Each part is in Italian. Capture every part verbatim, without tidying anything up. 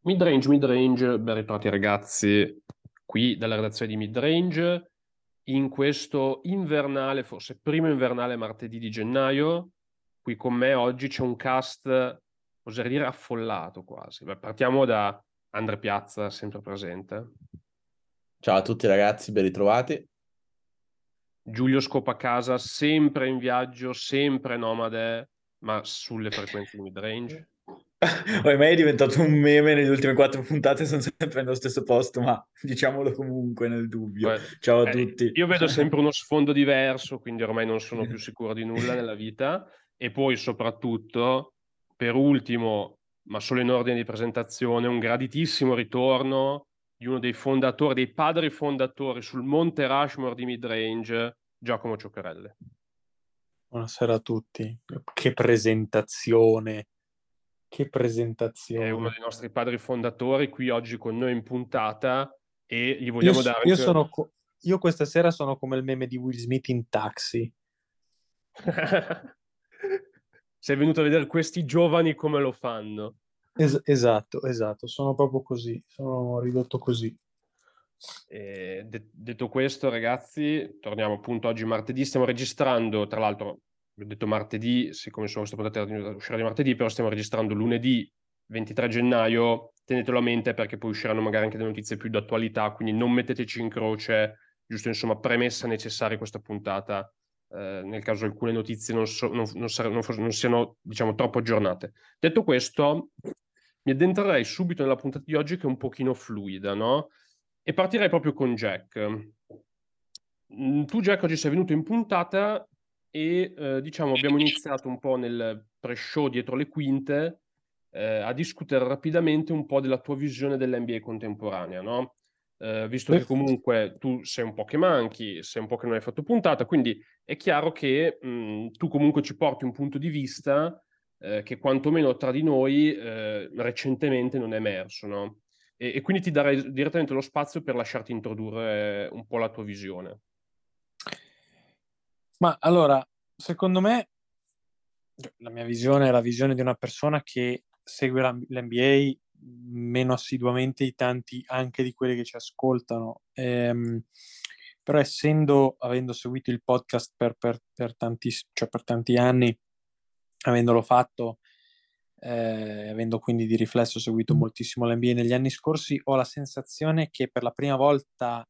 Midrange, midrange, ben ritrovati ragazzi, qui dalla redazione di Midrange, in questo invernale, forse primo invernale martedì di gennaio. Qui con me oggi c'è un cast, oserei dire, affollato quasi. Beh, partiamo da Andre Piazza, sempre presente, Ciao a tutti ragazzi, ben ritrovati. Giulio Scopacasa, sempre in viaggio, sempre nomade, ma sulle frequenze di midrange. Ormai è diventato un meme, nelle ultime quattro puntate sono sempre nello stesso posto, ma diciamolo comunque nel dubbio. Beh, Ciao a eh, tutti. io vedo sempre uno sfondo diverso, quindi ormai non sono più sicuro di nulla nella vita. E poi, soprattutto, per ultimo, ma solo in ordine di presentazione, un graditissimo ritorno di uno dei fondatori, dei padri fondatori sul Monte Rushmore di Midrange, Giacomo Cioccarelli. Buonasera a tutti. Che presentazione, che È uno presentazione. dei nostri padri fondatori qui oggi con noi in puntata e gli Io, vogliamo s- dare io anche... sono co- io questa sera sono come il meme di Will Smith in Taxi. Sei venuto a vedere questi giovani come lo fanno. Es- esatto, esatto, sono proprio così, sono ridotto così. E de- detto questo, ragazzi, torniamo appunto oggi martedì. Stiamo registrando, tra l'altro, vi ho detto martedì, siccome sono questa puntata uscirà di martedì, però stiamo registrando lunedì ventitré gennaio. Tenetelo a mente perché poi usciranno magari anche delle notizie più d'attualità, quindi non metteteci in croce, giusto insomma, premessa necessaria questa puntata, eh, nel caso alcune notizie non, so- non, non sare- non fos- non siano, diciamo, troppo aggiornate. Detto questo, mi addentrerei subito nella puntata di oggi che è un pochino fluida, no? E partirei proprio con Jack. Mm, Tu, Jack, oggi sei venuto in puntata e eh, diciamo abbiamo iniziato un po' nel pre-show dietro le quinte eh, a discutere rapidamente un po' della tua visione dell'N B A contemporanea, no? Eh, visto che comunque tu sei un po' che manchi, sei un po' che non hai fatto puntata, quindi è chiaro che mh, tu comunque ci porti un punto di vista eh, che quantomeno tra di noi eh, recentemente non è emerso, no? E, e quindi ti darei direttamente lo spazio per lasciarti introdurre un po' la tua visione. Ma allora, secondo me, cioè, la mia visione è la visione di una persona che segue la- l'N B A meno assiduamente di tanti, anche di quelli che ci ascoltano. Ehm, però essendo, avendo seguito il podcast per, per, per tanti, cioè per tanti anni, avendolo fatto, eh, avendo quindi di riflesso seguito moltissimo l'N B A negli anni scorsi, ho la sensazione che per la prima volta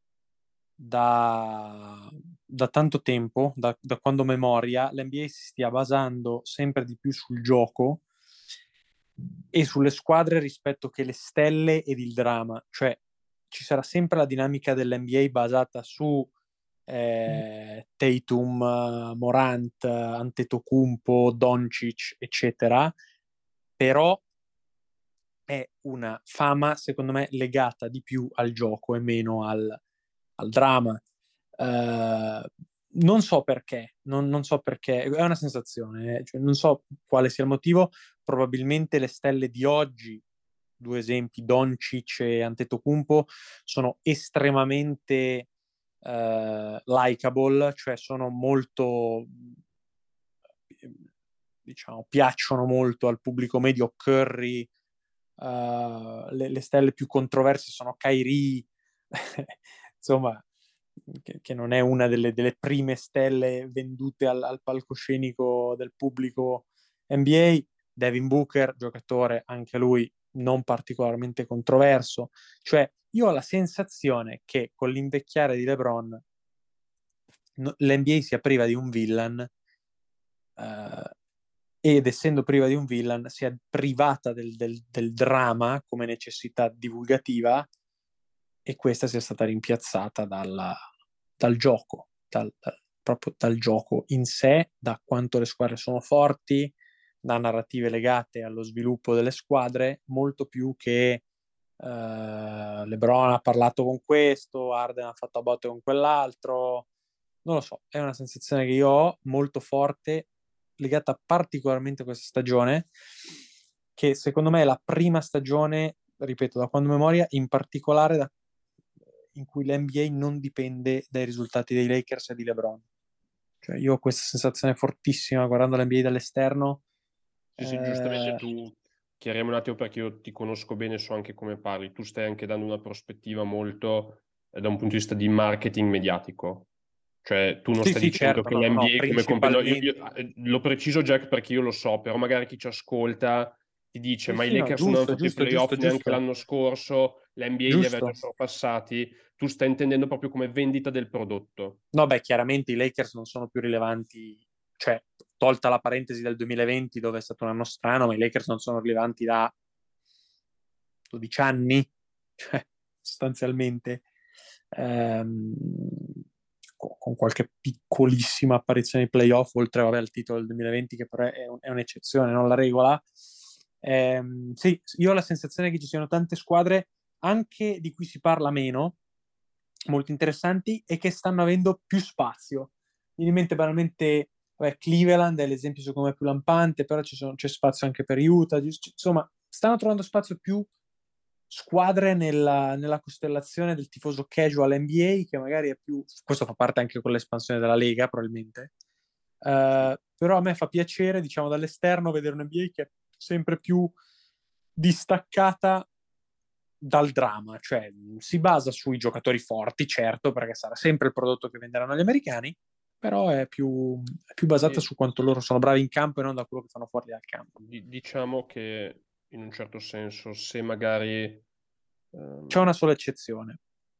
da, da tanto tempo, da, da quando memoria, l'N B A si stia basando sempre di più sul gioco e sulle squadre rispetto che le stelle ed il dramma. Cioè, ci sarà sempre la dinamica dell'N B A basata su eh, Tatum, Morant, Antetokounmpo, Doncic, eccetera, però è una fama, secondo me, legata di più al gioco e meno al, al dramma. Eh, non so perché, non, non so perché, è una sensazione, eh, cioè, non so quale sia il motivo. Probabilmente le stelle di oggi, due esempi, Doncic e Antetokounmpo, sono estremamente eh, likable, cioè sono molto, diciamo, piacciono molto al pubblico medio. Curry, uh, le, le stelle più controverse sono Kyrie, insomma, che, che non è una delle, delle prime stelle vendute al, al palcoscenico del pubblico N B A. Devin Booker, giocatore anche lui non particolarmente controverso. Cioè, io ho la sensazione che con l'invecchiare di LeBron no, l'N B A sia priva di un villain, eh, ed essendo priva di un villain sia privata del, del, del dramma come necessità divulgativa, e questa sia stata rimpiazzata dalla, dal gioco, dal, dal, proprio dal gioco in sé, da quanto le squadre sono forti, da narrative legate allo sviluppo delle squadre, molto più che uh, LeBron ha parlato con questo, Arden ha fatto a botte con quell'altro. Non lo so, è una sensazione che io ho molto forte, legata particolarmente a questa stagione, che secondo me è la prima stagione, ripeto, da quando memoria, in particolare da, in cui l'N B A non dipende dai risultati dei Lakers e di LeBron. Cioè, io ho questa sensazione fortissima guardando l'N B A dall'esterno. Sì, sì, giustamente Eh, tu chiariamo un attimo perché io ti conosco bene, so anche come parli. Tu stai anche dando una prospettiva molto eh, da un punto di vista di marketing mediatico. Cioè, tu non Sì, stai sì, dicendo certo, che no, no, no, l'N B A come compagno... io- principalmente. io- eh, lo preciso, Jack, perché io lo so, però magari chi ci ascolta ti dice Sì, ma i sì, no, Lakers non hanno giusto, fatto i giusto, playoff giusto, neanche giusto, l'anno scorso, l'N B A li aveva già giusto. sorpassati. Tu stai intendendo proprio come vendita del prodotto. No, beh, chiaramente i Lakers non sono più rilevanti, cioè, tolta la parentesi del duemilaventi dove è stato un anno strano, ma i Lakers non sono rilevanti da dodici anni, cioè, sostanzialmente, ehm, con, con qualche piccolissima apparizione ai playoff, oltre vabbè, al titolo del duemilaventi, che però è, un- è un'eccezione, non la regola. Ehm, sì, io ho la sensazione che ci siano tante squadre, anche di cui si parla meno, molto interessanti, e che stanno avendo più spazio. Mi viene in mente banalmente vabbè, Cleveland è l'esempio secondo me più lampante, però ci sono- c'è spazio anche per Utah, ci- insomma, stanno trovando spazio più squadre nella, nella costellazione del tifoso casual N B A, che magari è più, questo fa parte anche con l'espansione della Lega probabilmente. Eh, però a me fa piacere, diciamo, dall'esterno vedere un N B A che è sempre più distaccata dal dramma, cioè si basa sui giocatori forti, certo, perché sarà sempre il prodotto che venderanno gli americani, però è più, è più basata E su quanto loro sono bravi in campo e non da quello che fanno fuori dal campo. di- diciamo che in un certo senso, se magari... C'è ehm, una sola eccezione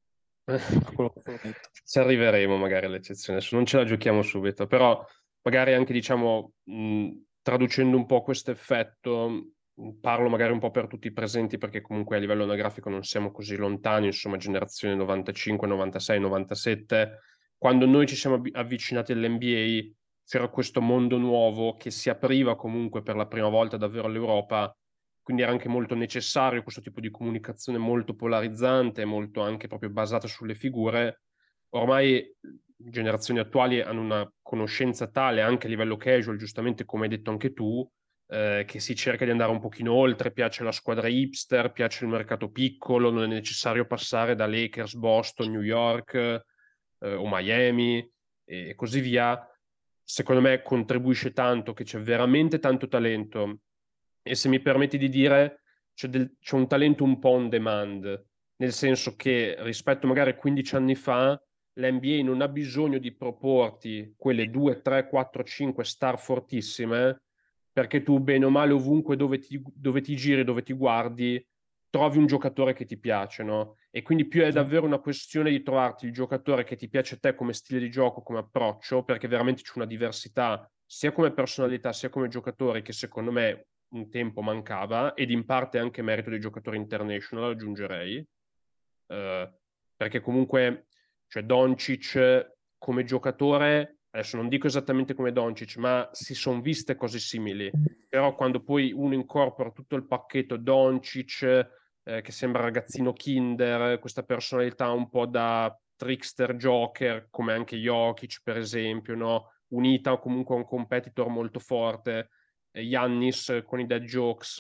a quello che ho detto. Ci arriveremo magari all'eccezione, adesso non ce la giochiamo subito, però magari anche diciamo mh, traducendo un po' questo effetto, mh, parlo magari un po' per tutti i presenti perché comunque a livello anagrafico non siamo così lontani, insomma generazione novantacinque, novantasei, novantasette, quando noi ci siamo avvicinati all'N B A c'era questo mondo nuovo che si apriva comunque per la prima volta davvero all'Europa, quindi era anche molto necessario questo tipo di comunicazione molto polarizzante, molto anche proprio basata sulle figure. Ormai generazioni attuali hanno una conoscenza tale anche a livello casual, giustamente come hai detto anche tu, eh, che si cerca di andare un pochino oltre, piace la squadra hipster, piace il mercato piccolo, non è necessario passare da Lakers, Boston, New York eh, o Miami e così via. Secondo me contribuisce tanto, che c'è veramente tanto talento e se mi permetti di dire c'è, del, c'è un talento un po' on demand, nel senso che rispetto magari a quindici anni fa l'N B A non ha bisogno di proporti quelle due, tre, quattro, cinque star fortissime, perché tu bene o male ovunque dove ti, dove ti giri, dove ti guardi, trovi un giocatore che ti piace, no? E quindi più è davvero una questione di trovarti il giocatore che ti piace a te come stile di gioco, come approccio, perché veramente c'è una diversità sia come personalità sia come giocatori che secondo me un tempo mancava ed in parte anche merito dei giocatori international, aggiungerei, eh, perché comunque cioè Doncic come giocatore, adesso non dico esattamente come Doncic, ma si sono viste cose simili, però quando poi uno incorpora tutto il pacchetto Doncic, eh, che sembra ragazzino kinder, questa personalità un po' da trickster joker, come anche Jokic per esempio, no? Unita comunque a un competitor molto forte, Giannis con i dead jokes,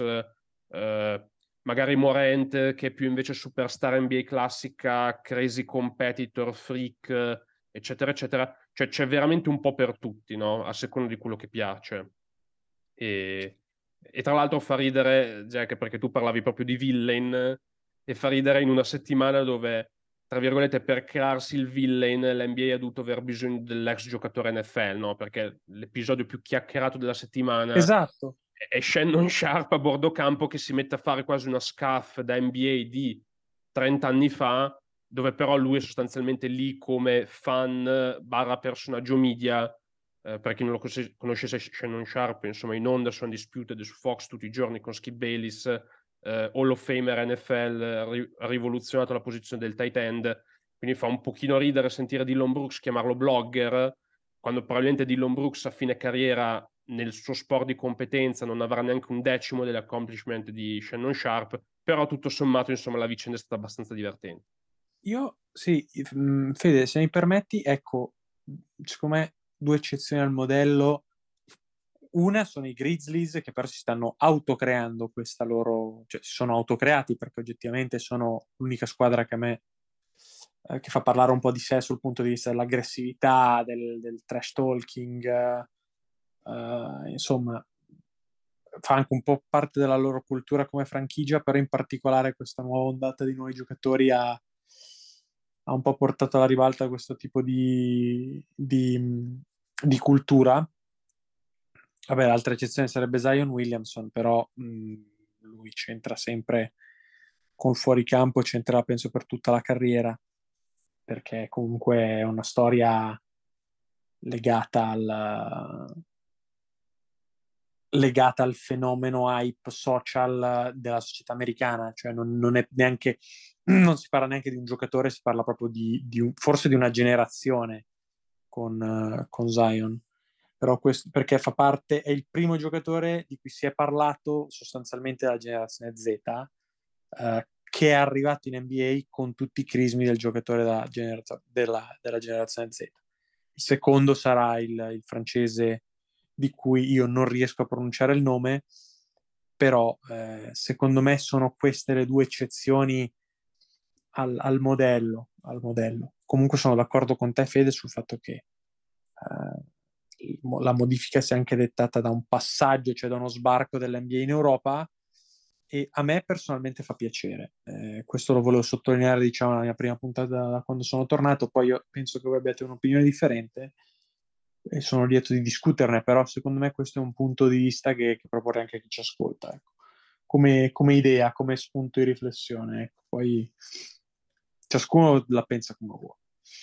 eh, magari Morant che è più invece superstar N B A classica, crazy competitor, freak, eccetera, eccetera. Cioè c'è veramente un po' per tutti, no? A seconda di quello che piace. E, e tra l'altro fa ridere, Jack, perché tu parlavi proprio di villain, e fa ridere in una settimana dove, tra virgolette, per crearsi il villain, l'N B A ha dovuto aver bisogno dell'ex giocatore N F L, no? Perché l'episodio più chiacchierato della settimana Esatto. è Shannon Sharp a bordo campo che si mette a fare quasi una scuff da N B A di trenta anni fa, dove però lui è sostanzialmente lì come fan barra personaggio media, eh, per chi non lo conosce- conoscesse Shannon Sharp, insomma in onda su Undisputed su Fox tutti i giorni con Skip Bayless, eh, Hall of Famer N F L, ri- ha rivoluzionato la posizione del tight end, quindi fa un pochino ridere sentire Dillon Brooks chiamarlo blogger, quando probabilmente Dillon Brooks a fine carriera nel suo sport di competenza non avrà neanche un decimo dell'accomplishment di Shannon Sharp, però tutto sommato insomma la vicenda è stata abbastanza divertente. Io, sì, mh, Fede, se mi permetti, ecco, secondo me due eccezioni al modello. Una sono i Grizzlies che però si stanno autocreando questa loro, cioè si sono autocreati perché oggettivamente sono l'unica squadra che a me eh, che fa parlare un po' di sé sul punto di vista dell'aggressività, del, del trash talking, eh, eh, insomma, fa anche un po' parte della loro cultura come franchigia, però in particolare questa nuova ondata di nuovi giocatori ha, ha un po' portato alla ribalta questo tipo di, di, di cultura. Vabbè, l'altra eccezione sarebbe Zion Williamson, però mh, lui c'entra sempre col fuoricampo, c'entra penso per tutta la carriera, perché comunque è una storia legata al, legata al fenomeno hype social della società americana, cioè non, non è neanche, non si parla neanche di un giocatore, si parla proprio di, di un, forse di una generazione con, uh, con Zion. Però questo perché fa parte, è il primo giocatore di cui si è parlato sostanzialmente della generazione Z, eh, che è arrivato in N B A con tutti i crismi del giocatore della, generazio- della, della generazione Z. Il secondo sarà il, il francese di cui io non riesco a pronunciare il nome, però eh, secondo me sono queste le due eccezioni al, al modello, al modello. Comunque sono d'accordo con te, Fede, sul fatto che eh, la modifica sia anche dettata da un passaggio, cioè da uno sbarco dell'N B A in Europa, e a me personalmente fa piacere. Eh, questo lo volevo sottolineare, diciamo, nella mia prima puntata da quando sono tornato, poi io penso che voi abbiate un'opinione differente e sono lieto di discuterne, però secondo me questo è un punto di vista che, che proporrei anche a chi ci ascolta, ecco. Come, come idea, come spunto di riflessione, ecco. Poi ciascuno la pensa come vuole.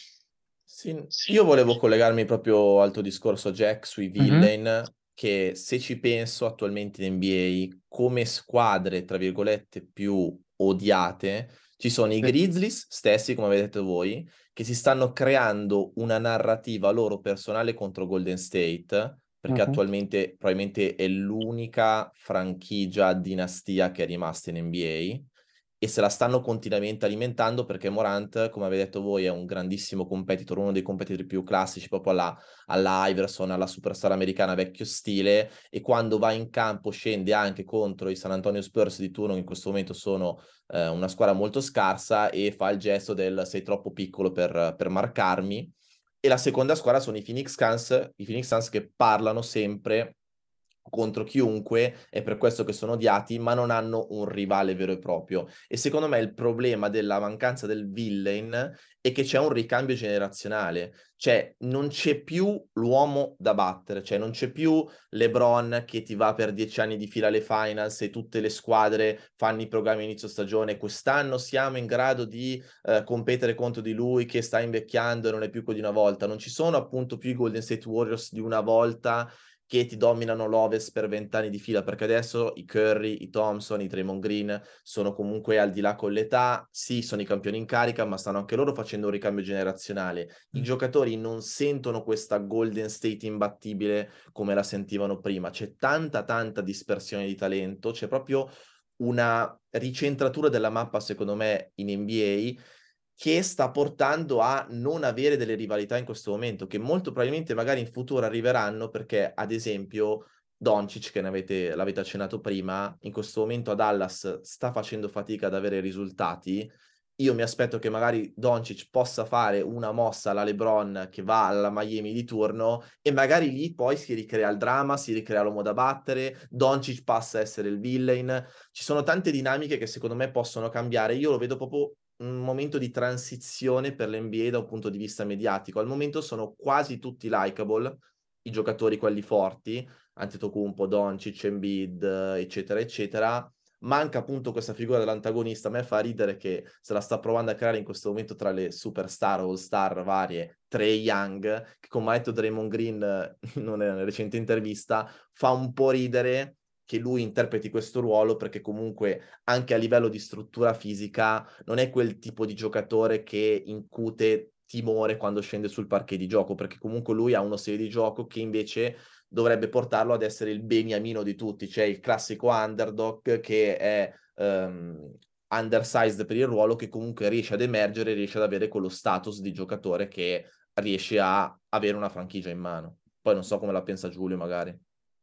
Sì, io volevo collegarmi proprio al tuo discorso, Jack, sui villain, mm-hmm. che se ci penso attualmente in N B A, come squadre, tra virgolette, più odiate, ci sono i Grizzlies stessi, come avete detto voi, che si stanno creando una narrativa loro personale contro Golden State, perché uh-huh. attualmente probabilmente è l'unica franchigia a dinastia che è rimasta in N B A, e se la stanno continuamente alimentando perché Morant, come avete detto voi, è un grandissimo competitor, uno dei competitor più classici, proprio alla, alla Iverson, alla superstar americana vecchio stile, e quando va in campo scende anche contro i San Antonio Spurs di turno, che in questo momento sono eh, una squadra molto scarsa, e fa il gesto del sei troppo piccolo per, per marcarmi. E la seconda squadra sono i Phoenix Suns, i Phoenix Suns che parlano sempre contro chiunque, è per questo che sono odiati, ma non hanno un rivale vero e proprio. E secondo me il problema della mancanza del villain è che c'è un ricambio generazionale, cioè non c'è più l'uomo da battere, cioè non c'è più LeBron che ti va per dieci anni di fila alle finals e tutte le squadre fanno i programmi inizio stagione. Quest'anno siamo in grado di eh, competere contro di lui che sta invecchiando e non è più quello di una volta. Non ci sono appunto più i Golden State Warriors di una volta che ti dominano l'Ovest per vent'anni di fila, perché adesso i Curry, i Thompson, i Draymond Green sono comunque al di là con l'età, sì, sono i campioni in carica, ma stanno anche loro facendo un ricambio generazionale. I mm. giocatori non sentono questa Golden State imbattibile come la sentivano prima, c'è tanta tanta dispersione di talento, c'è proprio una ricentratura della mappa, secondo me, in N B A, che sta portando a non avere delle rivalità in questo momento, che molto probabilmente magari in futuro arriveranno, perché ad esempio Doncic, che ne avete, l'avete accennato prima, in questo momento a Dallas sta facendo fatica ad avere risultati. Io mi aspetto che magari Doncic possa fare una mossa alla LeBron che va alla Miami di turno, e magari lì poi si ricrea il dramma, si ricrea l'uomo da battere, Doncic passa a essere il villain. Ci sono tante dinamiche che secondo me possono cambiare. Io lo vedo proprio un momento di transizione per l'N B A da un punto di vista mediatico. Al momento sono quasi tutti likable, i giocatori quelli forti, Antetokounmpo, Doncic, Embiid, eccetera, eccetera. Manca appunto questa figura dell'antagonista. A me fa ridere che se la sta provando a creare in questo momento tra le superstar, all-star varie, Trae Young, che come ha detto Draymond Green in una recente intervista, fa un po' ridere che lui interpreti questo ruolo, perché comunque anche a livello di struttura fisica non è quel tipo di giocatore che incute timore quando scende sul parquet di gioco, perché comunque lui ha uno stile di gioco che invece dovrebbe portarlo ad essere il beniamino di tutti, cioè il classico underdog che è um, undersized per il ruolo, che comunque riesce ad emergere, riesce ad avere quello status di giocatore che riesce a avere una franchigia in mano. Poi non so come la pensa Giulio magari.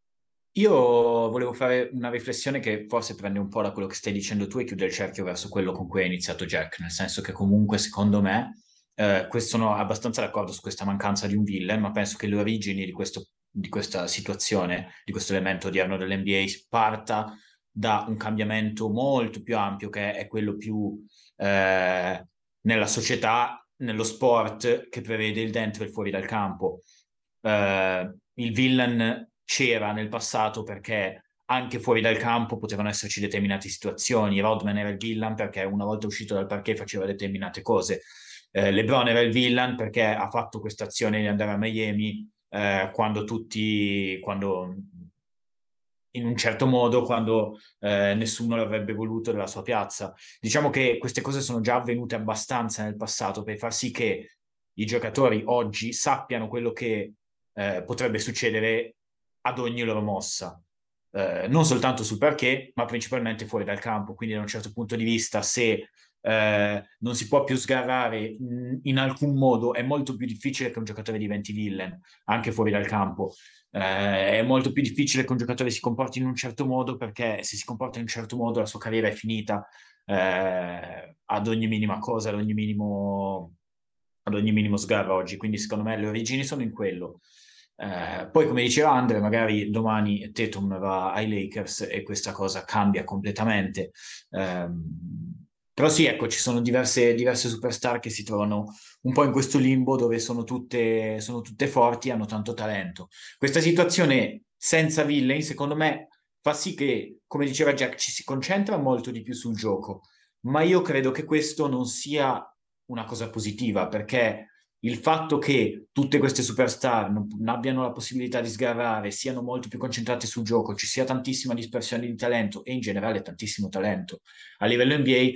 Io volevo fare una riflessione che forse prende un po' da quello che stai dicendo tu e chiude il cerchio verso quello con cui ha iniziato Jack, nel senso che comunque secondo me, eh, questo sono abbastanza d'accordo su questa mancanza di un villain, ma penso che le origini di questo di questa situazione, di questo elemento odierno dell'N B A, parta da un cambiamento molto più ampio, che è quello più eh, nella società, nello sport, che prevede il dentro e il fuori dal campo. Eh, il villain c'era nel passato perché anche fuori dal campo potevano esserci determinate situazioni. Rodman era il villain perché una volta uscito dal parquet faceva determinate cose. Eh, LeBron era il villain perché ha fatto questa azione di andare a Miami eh, quando tutti, quando in un certo modo, quando eh, nessuno l'avrebbe voluto della sua piazza. Diciamo che queste cose sono già avvenute abbastanza nel passato per far sì che i giocatori oggi sappiano quello che eh, potrebbe succedere ad ogni loro mossa. Eh, non soltanto sul parquet, ma principalmente fuori dal campo. Quindi, da un certo punto di vista, se eh, non si può più sgarrare in, in alcun modo, è molto più difficile che un giocatore diventi villain, anche fuori dal campo. Eh, è molto più difficile che un giocatore si comporti in un certo modo, perché se si comporta in un certo modo la sua carriera è finita eh, ad ogni minima cosa, ad ogni minimo, ad ogni minimo sgarro oggi. Quindi secondo me le origini sono in quello. Eh, poi, come diceva Andre, magari domani Tatum va ai Lakers e questa cosa cambia completamente. Eh, però sì, ecco, ci sono diverse, diverse superstar che si trovano un po' in questo limbo dove sono tutte, sono tutte forti e hanno tanto talento. Questa situazione senza villain, secondo me, fa sì che, come diceva Jack, ci si concentra molto di più sul gioco, ma io credo che questo non sia una cosa positiva, perché il fatto che tutte queste superstar non, non abbiano la possibilità di sgarrare, siano molto più concentrate sul gioco, ci sia tantissima dispersione di talento e in generale tantissimo talento a livello N B A,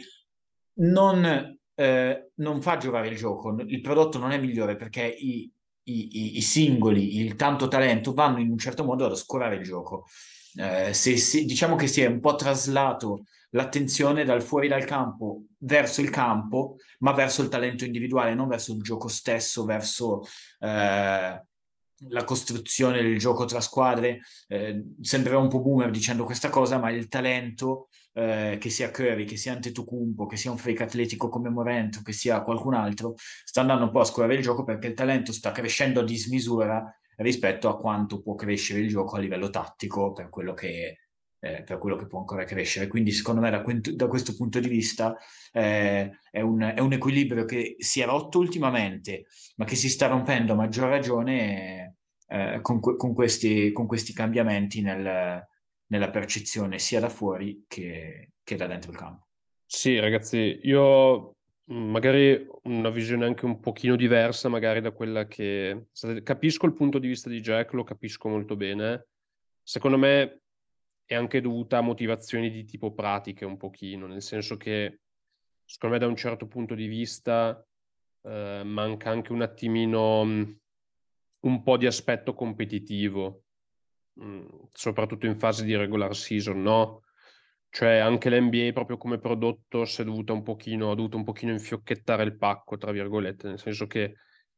non, eh, non fa giocare il gioco. Il prodotto non è migliore perché i, i, i singoli, il tanto talento vanno in un certo modo ad oscurare il gioco. Eh, se, se, diciamo che si è un po' traslato l'attenzione dal fuori dal campo verso il campo, ma verso il talento individuale, non verso il gioco stesso, verso eh, la costruzione del gioco tra squadre. Eh, sembrerà un po' boomer dicendo questa cosa, ma il talento, eh, che sia Curry, che sia Antetokounmpo, che sia un freak atletico come Morant, che sia qualcun altro, sta andando un po' a scorrere il gioco perché il talento sta crescendo a dismisura rispetto a quanto può crescere il gioco a livello tattico per quello che, eh, per quello che può ancora crescere. Quindi secondo me da, da questo punto di vista eh, è, un, è un equilibrio che si è rotto ultimamente, ma che si sta rompendo a maggior ragione eh, con, con, questi, con questi cambiamenti nel, nella percezione sia da fuori che, che da dentro il campo. Sì, ragazzi, io magari una visione anche un pochino diversa, magari da quella che... Capisco il punto di vista di Jack, lo capisco molto bene. Secondo me è anche dovuta a motivazioni di tipo pratiche un pochino, nel senso che secondo me da un certo punto di vista eh, manca anche un attimino mh, un po' di aspetto competitivo, mh, soprattutto in fase di regular season, no? Cioè anche l'N B A proprio come prodotto si è dovuta un pochino, ha dovuto un pochino infiocchettare il pacco, tra virgolette, nel senso che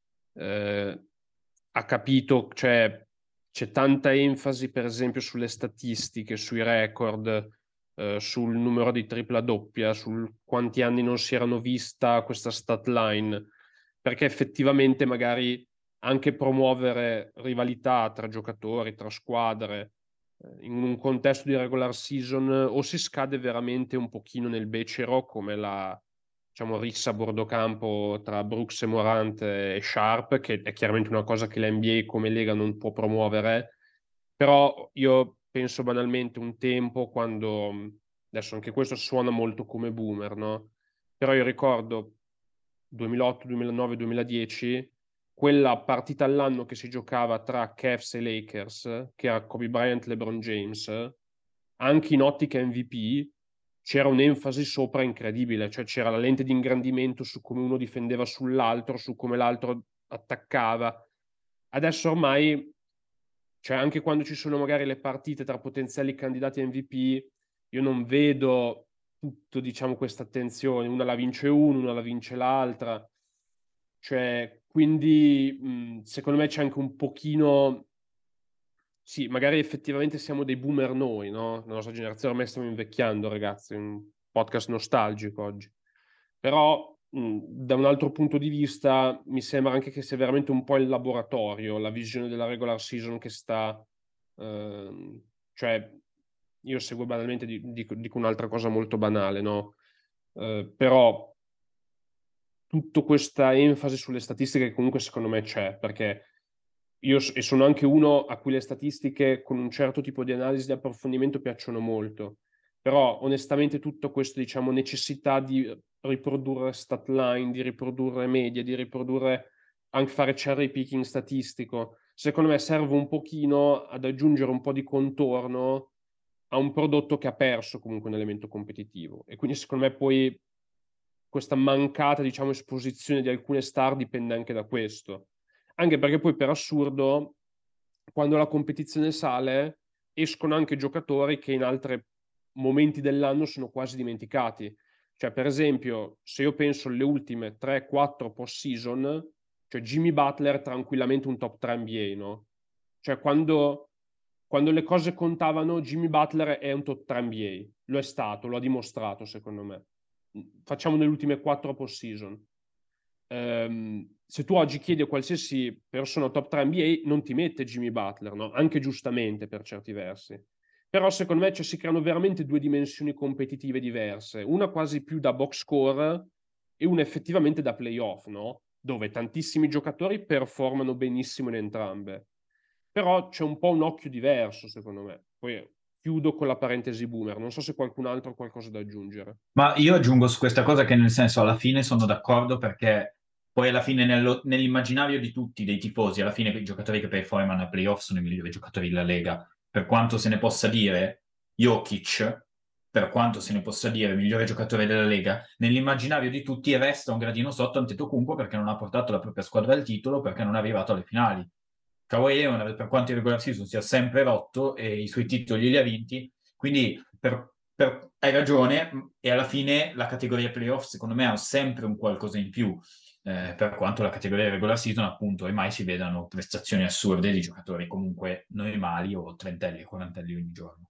eh, ha capito, cioè c'è tanta enfasi per esempio sulle statistiche, sui record, eh, sul numero di tripla doppia, su quanti anni non si erano vista questa stat line, perché effettivamente magari anche promuovere rivalità tra giocatori, tra squadre, in un contesto di regular season o si scade veramente un pochino nel becero come la diciamo rissa a bordo campo tra Brooks e Morant e Sharp, che è chiaramente una cosa che l'N B A come Lega non può promuovere, però io penso banalmente un tempo quando, adesso anche questo suona molto come boomer, no? Però io ricordo duemilaotto, duemilanove, duemiladieci quella partita all'anno che si giocava tra Cavs e Lakers, che era Kobe Bryant, LeBron James, anche in ottica M V P c'era un'enfasi sopra incredibile, cioè c'era la lente di ingrandimento su come uno difendeva sull'altro, su come l'altro attaccava. Adesso ormai, cioè anche quando ci sono magari le partite tra potenziali candidati a M V P, io non vedo tutto, diciamo, questa attenzione, una la vince uno, una la vince l'altra. Cioè, quindi mh, secondo me c'è anche un pochino... Sì, magari effettivamente siamo dei boomer noi, no? La nostra generazione ormai stiamo invecchiando, ragazzi, è un podcast nostalgico oggi. Però mh, da un altro punto di vista mi sembra anche che sia veramente un po' il laboratorio, la visione della regular season che sta... ehm, cioè, io seguo banalmente, di- dico, dico un'altra cosa molto banale, no? Eh, però tutta questa enfasi sulle statistiche comunque secondo me c'è, perché io s- e sono anche uno a cui le statistiche con un certo tipo di analisi di approfondimento piacciono molto, però onestamente tutto questo, diciamo, necessità di riprodurre stat line, di riprodurre medie, di riprodurre anche fare cherry picking statistico, secondo me serve un pochino ad aggiungere un po' di contorno a un prodotto che ha perso comunque un elemento competitivo, e quindi secondo me poi questa mancata, diciamo, esposizione di alcune star dipende anche da questo. Anche perché poi, per assurdo, quando la competizione sale, escono anche giocatori che in altri momenti dell'anno sono quasi dimenticati. Cioè, per esempio, se io penso alle ultime tre quattro post-season, cioè Jimmy Butler tranquillamente un top tre N B A, no? Cioè, quando, quando le cose contavano, Jimmy Butler è un top tre N B A. Lo è stato, lo ha dimostrato, secondo me. Facciamo nelle ultime quattro post-season. Um, se tu oggi chiedi a qualsiasi persona top tre N B A, non ti mette Jimmy Butler, no? Anche giustamente per certi versi. Però secondo me, cioè, si creano veramente due dimensioni competitive diverse, una quasi più da box score e una effettivamente da playoff, no? Dove tantissimi giocatori performano benissimo in entrambe. Però c'è un po' un occhio diverso, secondo me. Poi chiudo con la parentesi boomer, non so se qualcun altro ha qualcosa da aggiungere. Ma io aggiungo su questa cosa che nel senso alla fine sono d'accordo perché poi alla fine nello- nell'immaginario di tutti, dei tifosi, alla fine i giocatori che performano a playoff sono i migliori giocatori della Lega. Per quanto se ne possa dire Jokic, per quanto se ne possa dire migliore giocatore della Lega, nell'immaginario di tutti resta un gradino sotto Antetokounmpo perché non ha portato la propria squadra al titolo, perché non è arrivato alle finali. Kawhi Leonard, per quanto in regular season sia sempre rotto e i suoi titoli li ha vinti, quindi per, per, hai ragione, e alla fine la categoria playoff secondo me ha sempre un qualcosa in più, eh, per quanto la categoria regular season appunto ormai si vedano prestazioni assurde di giocatori comunque normali o trentelli o quarantelli ogni giorno.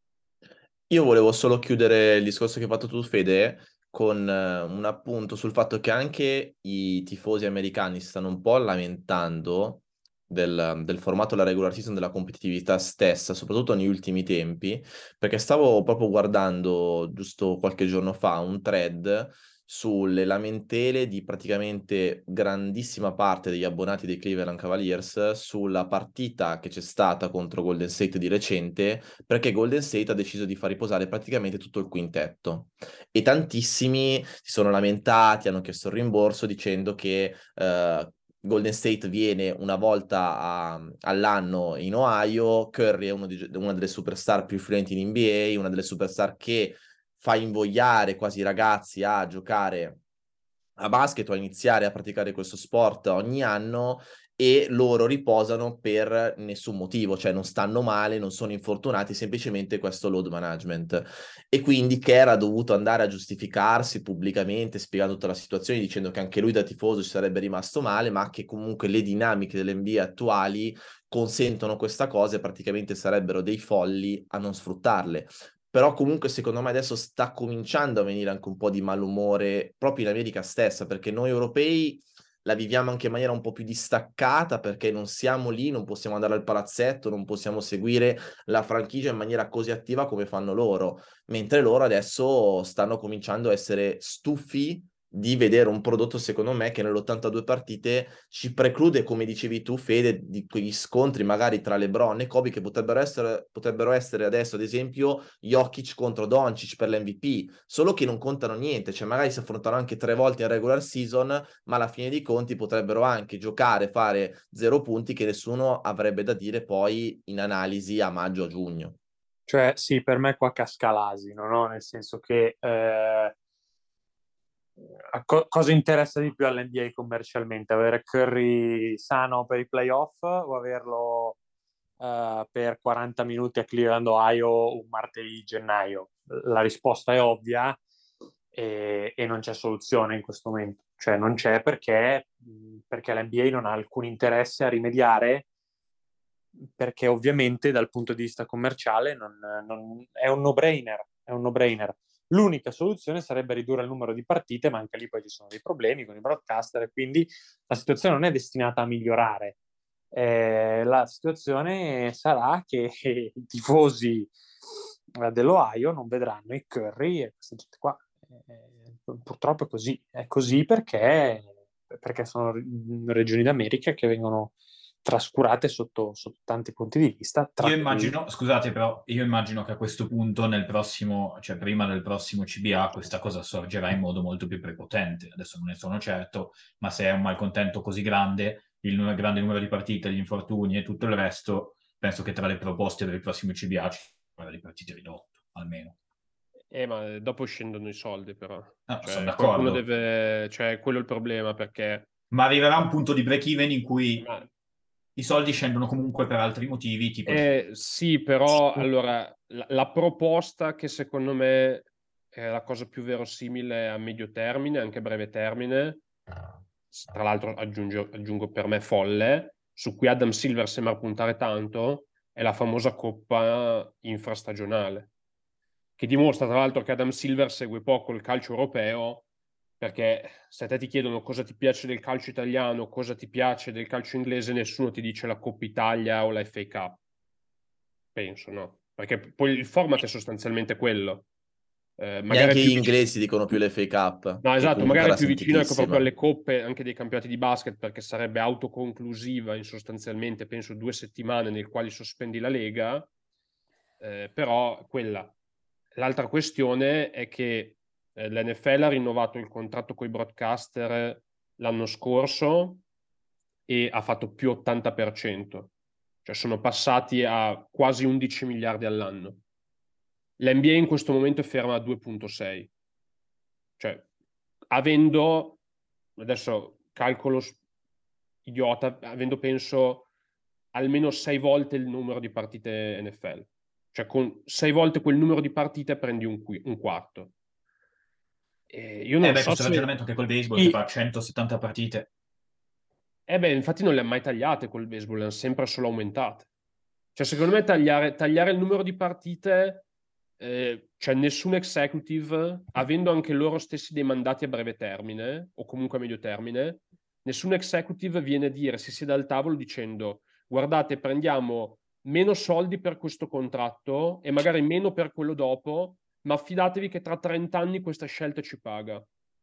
Io volevo solo chiudere il discorso che hai fatto tu, Fede, con eh, un appunto sul fatto che anche i tifosi americani si stanno un po' lamentando del, del formato della regular season, della competitività stessa, soprattutto negli ultimi tempi, perché stavo proprio guardando giusto qualche giorno fa un thread sulle lamentele di praticamente grandissima parte degli abbonati dei Cleveland Cavaliers sulla partita che c'è stata contro Golden State di recente, perché Golden State ha deciso di far riposare praticamente tutto il quintetto e tantissimi si sono lamentati, hanno chiesto il rimborso dicendo che eh, Golden State viene una volta a, all'anno in Ohio, Curry è uno di, una delle superstar più influenti in N B A, una delle superstar che fa invogliare quasi i ragazzi a giocare a basket o a iniziare a praticare questo sport ogni anno, e loro riposano per nessun motivo, cioè non stanno male, non sono infortunati, semplicemente questo load management. E quindi Kerr ha dovuto andare a giustificarsi pubblicamente, spiegando tutta la situazione, dicendo che anche lui da tifoso ci sarebbe rimasto male, ma che comunque le dinamiche dell'N B A attuali consentono questa cosa e praticamente sarebbero dei folli a non sfruttarle. Però comunque secondo me adesso sta cominciando a venire anche un po' di malumore proprio in America stessa, perché noi europei la viviamo anche in maniera un po' più distaccata, perché non siamo lì, non possiamo andare al palazzetto, non possiamo seguire la franchigia in maniera così attiva come fanno loro, mentre loro adesso stanno cominciando a essere stufi di vedere un prodotto, secondo me, che nell'ottantadue partite ci preclude, come dicevi tu, Fede, di quegli scontri magari tra LeBron e Kobe che potrebbero essere, potrebbero essere adesso, ad esempio, Jokic contro Doncic per l'M V P, solo che non contano niente, cioè magari si affrontano anche tre volte in regular season, ma alla fine dei conti potrebbero anche giocare, fare zero punti che nessuno avrebbe da dire poi in analisi a maggio o a giugno. Cioè, sì, per me qua casca l'asino, no? Nel senso che eh, a co- cosa interessa di più all'N B A commercialmente? Avere Curry sano per i playoff o averlo eh, per quaranta minuti a Cleveland, Ohio un martedì di gennaio? La risposta è ovvia e, e non c'è soluzione in questo momento. Cioè non c'è perché, perché l'N B A non ha alcun interesse a rimediare, perché ovviamente dal punto di vista commerciale non, non, è un no-brainer, è un no-brainer. L'unica soluzione sarebbe ridurre il numero di partite, ma anche lì poi ci sono dei problemi con i broadcaster, e quindi la situazione non è destinata a migliorare. Eh, la situazione sarà che i tifosi eh, dell'Ohio non vedranno i Curry e questa gente qua. Eh, purtroppo è così, è così perché, perché sono regioni d'America che vengono trascurate sotto, sotto tanti punti di vista. Tra Io cui... immagino, scusate però, io immagino che a questo punto nel prossimo, cioè prima del prossimo C B A, questa cosa sorgerà in modo molto più prepotente. Adesso non ne sono certo, ma se è un malcontento così grande, il nu- grande numero di partite, gli infortuni e tutto il resto, penso che tra le proposte per il prossimo C B A ci saranno di partite ridotto, almeno. Eh, ma dopo scendono i soldi, però. No, sono Cioè, qualcuno d'accordo. deve... Cioè, quello è il problema, perché... Ma arriverà un punto di break-even in cui Ma... i soldi scendono comunque per altri motivi, tipo il... Eh, sì, però, allora, la, la proposta che secondo me è la cosa più verosimile a medio termine, anche a breve termine, tra l'altro aggiungo, aggiungo per me folle, su cui Adam Silver sembra puntare tanto, è la famosa coppa infrastagionale, che dimostra tra l'altro che Adam Silver segue poco il calcio europeo, perché se a te ti chiedono cosa ti piace del calcio italiano, cosa ti piace del calcio inglese, nessuno ti dice la Coppa Italia o la F A Cup. Penso, no? Perché poi il format è sostanzialmente quello. Eh, magari Neanche più gli vicino... inglesi dicono più l'F A Cup, No, che esatto, comunque magari era più vicino ecco, proprio sentitissima. alle coppe anche dei campionati di basket, perché sarebbe autoconclusiva in sostanzialmente, penso, due settimane nel quali sospendi la Lega, eh, però quella. L'altra questione è che eh, l'N F L ha rinnovato il contratto con i broadcaster l'anno scorso e ha fatto più ottanta per cento, cioè sono passati a quasi undici miliardi all'anno. L'N B A in questo momento è ferma a due virgola sei, cioè avendo, adesso calcolo idiota, avendo penso almeno sei volte il numero di partite N F L, cioè con sei volte quel numero di partite prendi un, qui, un quarto. E io Eh non beh, so questo se... ragionamento che col baseball che Sì. fa centosettanta partite. Eh beh, infatti non le ha mai tagliate col baseball, le hanno sempre solo aumentate. Cioè, secondo me tagliare, tagliare il numero di partite, eh, cioè nessun executive, avendo anche loro stessi dei mandati a breve termine, o comunque a medio termine, nessun executive viene a dire, si siede al tavolo dicendo, guardate, prendiamo meno soldi per questo contratto e magari meno per quello dopo, ma fidatevi che tra trenta anni questa scelta ci paga.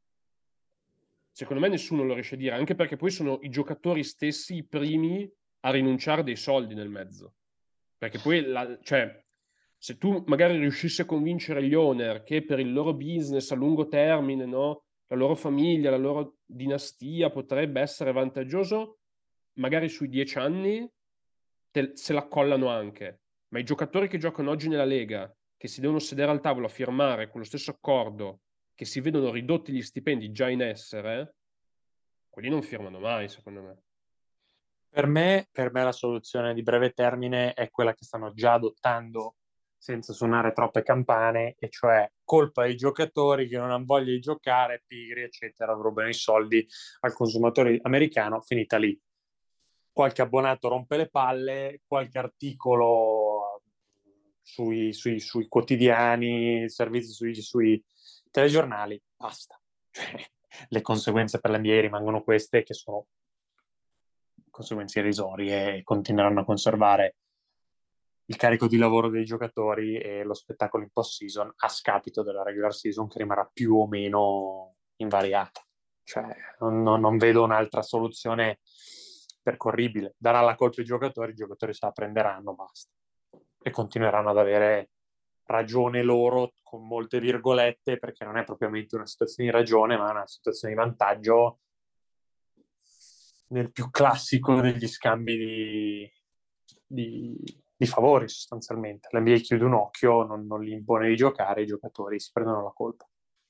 Secondo me nessuno lo riesce a dire, anche perché poi sono i giocatori stessi i primi a rinunciare dei soldi nel mezzo. Perché poi, la, cioè, se tu magari riuscissi a convincere gli owner che per il loro business a lungo termine, no, la loro famiglia, la loro dinastia potrebbe essere vantaggioso, magari sui dieci anni te, se la collano anche. Ma i giocatori che giocano oggi nella Lega, che si devono sedere al tavolo a firmare con lo stesso accordo, che si vedono ridotti gli stipendi già in essere, quelli non firmano mai, secondo me. Per me, per me la soluzione di breve termine è quella che stanno già adottando senza suonare troppe campane, e cioè colpa ai giocatori che non hanno voglia di giocare, pigri, eccetera, rubano i soldi al consumatore americano, finita lì. Qualche abbonato rompe le palle, qualche articolo sui, sui, sui quotidiani, servizi sui, sui telegiornali, basta. Cioè, le conseguenze per l'N B A rimangono queste, che sono conseguenze irrisorie, e continueranno a conservare il carico di lavoro dei giocatori e lo spettacolo in post-season a scapito della regular season, che rimarrà più o meno invariata. Cioè, non, non, non vedo un'altra soluzione percorribile. Darà la colpa ai giocatori, i giocatori se la prenderanno, basta. E continueranno ad avere ragione loro, con molte virgolette, perché non è propriamente una situazione di ragione, ma una situazione di vantaggio nel più classico degli scambi di, di, di favori, sostanzialmente. L'N B A chiude un occhio, non, non gli impone di giocare, i giocatori si prendono la colpa.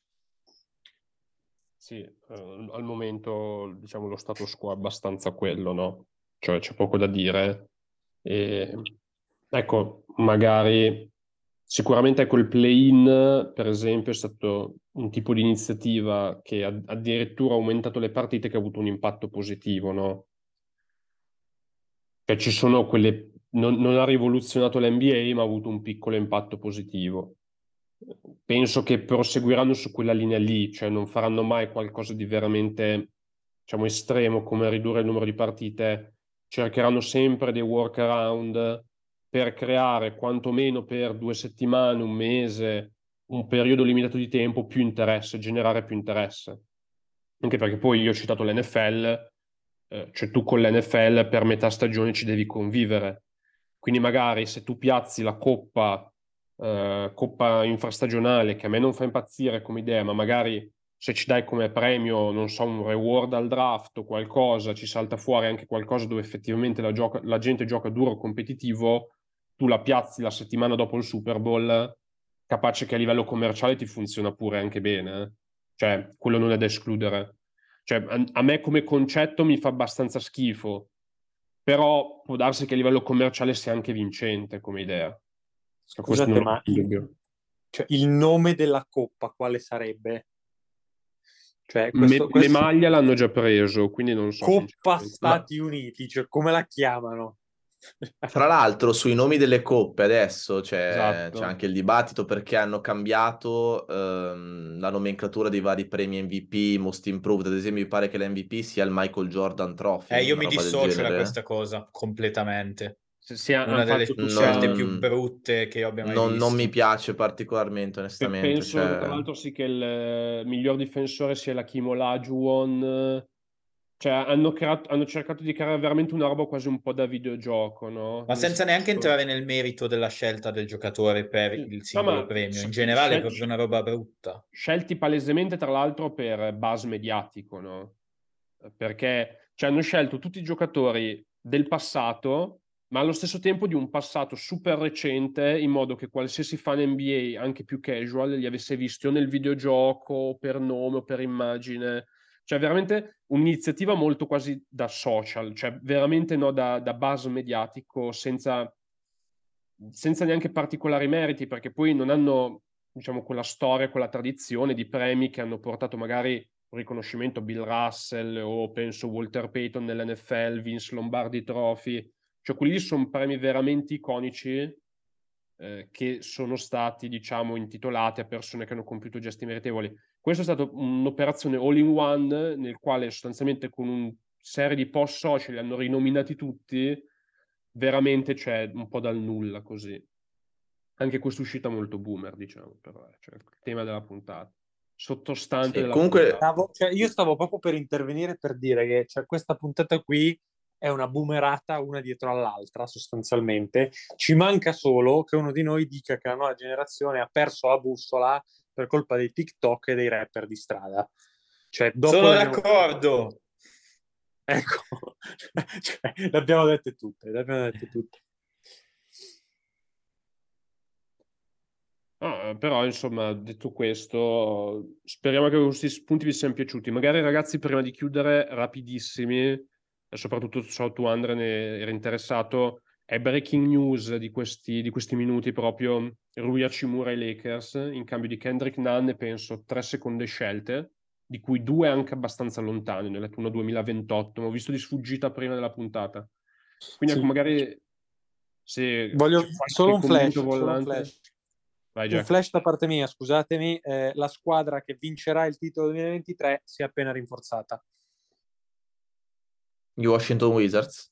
Sì, eh, al momento diciamo lo status quo è abbastanza quello, no? Cioè c'è poco da dire. E, ecco, magari sicuramente ecco, il play-in, per esempio, è stato un tipo di iniziativa che ha addirittura aumentato le partite, che ha avuto un impatto positivo, no? Cioè ci sono quelle... Non, non ha rivoluzionato l'N B A, ma ha avuto un piccolo impatto positivo. penso che proseguiranno su quella linea lì, cioè non faranno mai qualcosa di veramente, diciamo, estremo come ridurre il numero di partite, cercheranno sempre dei workaround per creare quantomeno per due settimane, un mese, un periodo limitato di tempo più interesse, generare più interesse. Anche perché poi io ho citato l'N F L, eh, cioè tu con l'N F L per metà stagione ci devi convivere. Quindi magari se tu piazzi la coppa, eh, coppa infrastagionale, che a me non fa impazzire come idea, ma magari se ci dai come premio, non so, un reward al draft o qualcosa, ci salta fuori anche qualcosa dove effettivamente la, gioca- la gente gioca duro competitivo, tu la piazzi la settimana dopo il Super Bowl, capace che a livello commerciale ti funziona pure anche bene. eh. Cioè, quello non è da escludere. Cioè, a, a me come concetto mi fa abbastanza schifo, però può darsi che a livello commerciale sia anche vincente come idea. Cioè, questo non Scusate, lo ma metto in dubbio. cioè, il nome della coppa quale sarebbe? Cioè, Me- questo, Le questo... maglie l'hanno già preso, quindi non so Coppa sinceramente. Ma Stati Uniti, cioè come la chiamano? Fra l'altro, sui nomi delle coppe adesso c'è, c'è esatto. anche il dibattito perché hanno cambiato ehm, la nomenclatura dei vari premi M V P, Most Improved. Ad esempio, mi pare che l'M V P sia il Michael Jordan Eh, Trophy, io una mi roba del dissocio da genere. questa cosa completamente. Se, se Una hanno delle fatto scelte tutta... più Non, brutte che io abbia mai non- non mi visto. piace particolarmente, Pe- onestamente. Penso tra Cioè... l'altro sì che il eh, miglior difensore sia l'Hakeem Olajuwon. Cioè hanno, creato, hanno cercato di creare veramente una roba quasi un po' da videogioco, no? Ma Nel senza neanche senso... entrare nel merito della scelta del giocatore per il No, singolo ma premio. In s- generale è scel- proprio una roba brutta. scelti palesemente tra l'altro per buzz mediatico, no? Perché cioè, hanno scelto tutti i giocatori del passato, ma allo stesso tempo di un passato super recente, in modo che qualsiasi fan N B A, anche più casual, li avesse visti o nel videogioco, o per nome o per immagine. Cioè, veramente un'iniziativa molto quasi da social, cioè veramente no, da, da buzz mediatico, senza, senza neanche particolari meriti, perché poi non hanno, diciamo, quella storia, quella tradizione di premi che hanno portato magari un riconoscimento a Bill Russell o penso Walter Payton nell'N F L, Vince Lombardi Trophy. Cioè, quelli sono premi veramente iconici eh, che sono stati, diciamo, intitolati a persone che hanno compiuto gesti meritevoli. Questa è stata un'operazione all-in-one nel quale sostanzialmente con una serie di post social li hanno rinominati tutti, veramente c'è un po' dal nulla così. Anche questa uscita molto boomer, diciamo, però, cioè, il tema della puntata, sottostante Sì, della comunque, puntata. Stavo- cioè, io stavo proprio per intervenire per dire che cioè, questa puntata qui è una boomerata una dietro all'altra, sostanzialmente. Ci manca solo che uno di noi dica che la nuova generazione ha perso la bussola per colpa dei TikTok e dei rapper di strada. Cioè, dopo Sono le abbiamo... d'accordo. Ecco, cioè, le abbiamo dette tutte, le abbiamo dette tutte. Ah, però, insomma, detto questo, speriamo che questi spunti vi siano piaciuti. Magari, ragazzi, prima di chiudere, rapidissimi, e soprattutto so tu, Andre, ne eri interessato, è breaking news di questi, di questi minuti proprio Rui Hachimura ai Lakers in cambio di Kendrick Nunn e penso tre seconde scelte, di cui due anche abbastanza lontane, ne ho letto uno duemilaventotto, ma ho visto di sfuggita prima della puntata. Quindi ecco, Sì. magari se Voglio c'è qualche solo un commento flash, solo un volante... flash. Vai, Un Jack. flash da parte mia, scusatemi, eh, la squadra che vincerà il titolo duemilaventitré si è appena rinforzata. gli Washington Wizards.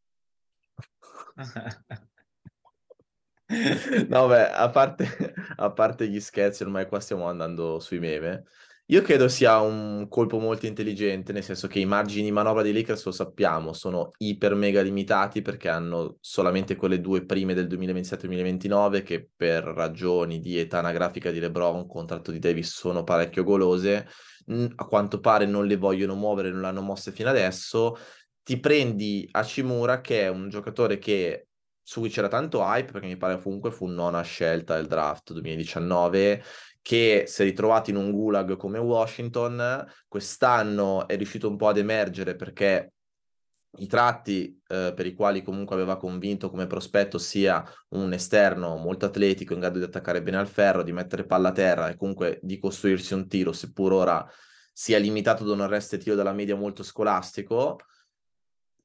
No, beh, a parte, a parte gli scherzi, ormai qua stiamo andando sui meme. Io credo sia un colpo molto intelligente, nel senso che i margini di manovra dei Lakers, lo sappiamo, sono iper mega limitati perché hanno solamente quelle due prime del duemilaventisette duemilaventinove che per ragioni di età anagrafica di LeBron, contratto di Davis, sono parecchio golose. Mm, A quanto pare non le vogliono muovere, non le hanno mosse fino adesso. Ti prendi Hachimura, che è un giocatore che su cui c'era tanto hype, perché mi pare comunque fu nona scelta del draft duemiladiciannove, che si è ritrovato in un gulag come Washington. Quest'anno è riuscito un po' ad emergere perché i tratti eh, per i quali comunque aveva convinto come prospetto sia un esterno molto atletico, in grado di attaccare bene al ferro, di mettere palla a terra e comunque di costruirsi un tiro, seppur ora sia limitato da un arresto e tiro dalla media molto scolastico.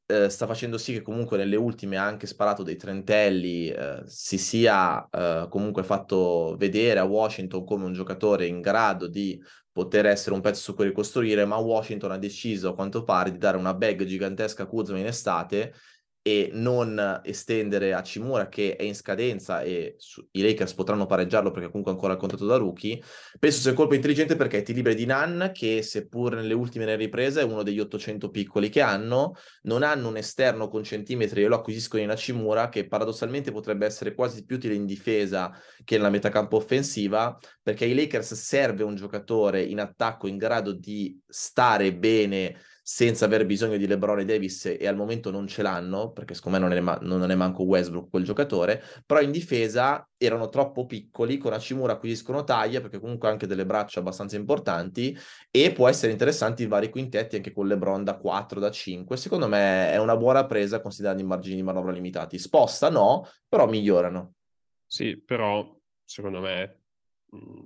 eh, sta facendo sì che comunque nelle ultime ha anche sparato dei trentelli, eh, si sia eh, comunque fatto vedere a Washington come un giocatore in grado di poter essere un pezzo su cui ricostruire, ma Washington ha deciso a quanto pare di dare una bag gigantesca a Kuzma in estate e non estendere a Hachimura, che è in scadenza e su- i Lakers potranno pareggiarlo perché comunque ancora il contratto da rookie. Penso sia un colpo intelligente perché ti liberi di Nunn, che seppur nelle ultime ne riprese è uno degli ottocento piccoli che hanno, non hanno un esterno con centimetri e lo acquisiscono in Hachimura, che paradossalmente potrebbe essere quasi più utile in difesa che nella metacampo offensiva, perché ai Lakers serve un giocatore in attacco in grado di stare bene senza aver bisogno di LeBron e Davis, e al momento non ce l'hanno, perché secondo me non è, ma- non è manco Westbrook quel giocatore, però in difesa erano troppo piccoli, con Hachimura acquisiscono taglia, perché comunque ha anche delle braccia abbastanza importanti, e può essere interessante in vari quintetti anche con LeBron da quattro, da cinque, secondo me è una buona presa considerando i margini di manovra limitati. Sposta no, però migliorano. Sì, però secondo me mh,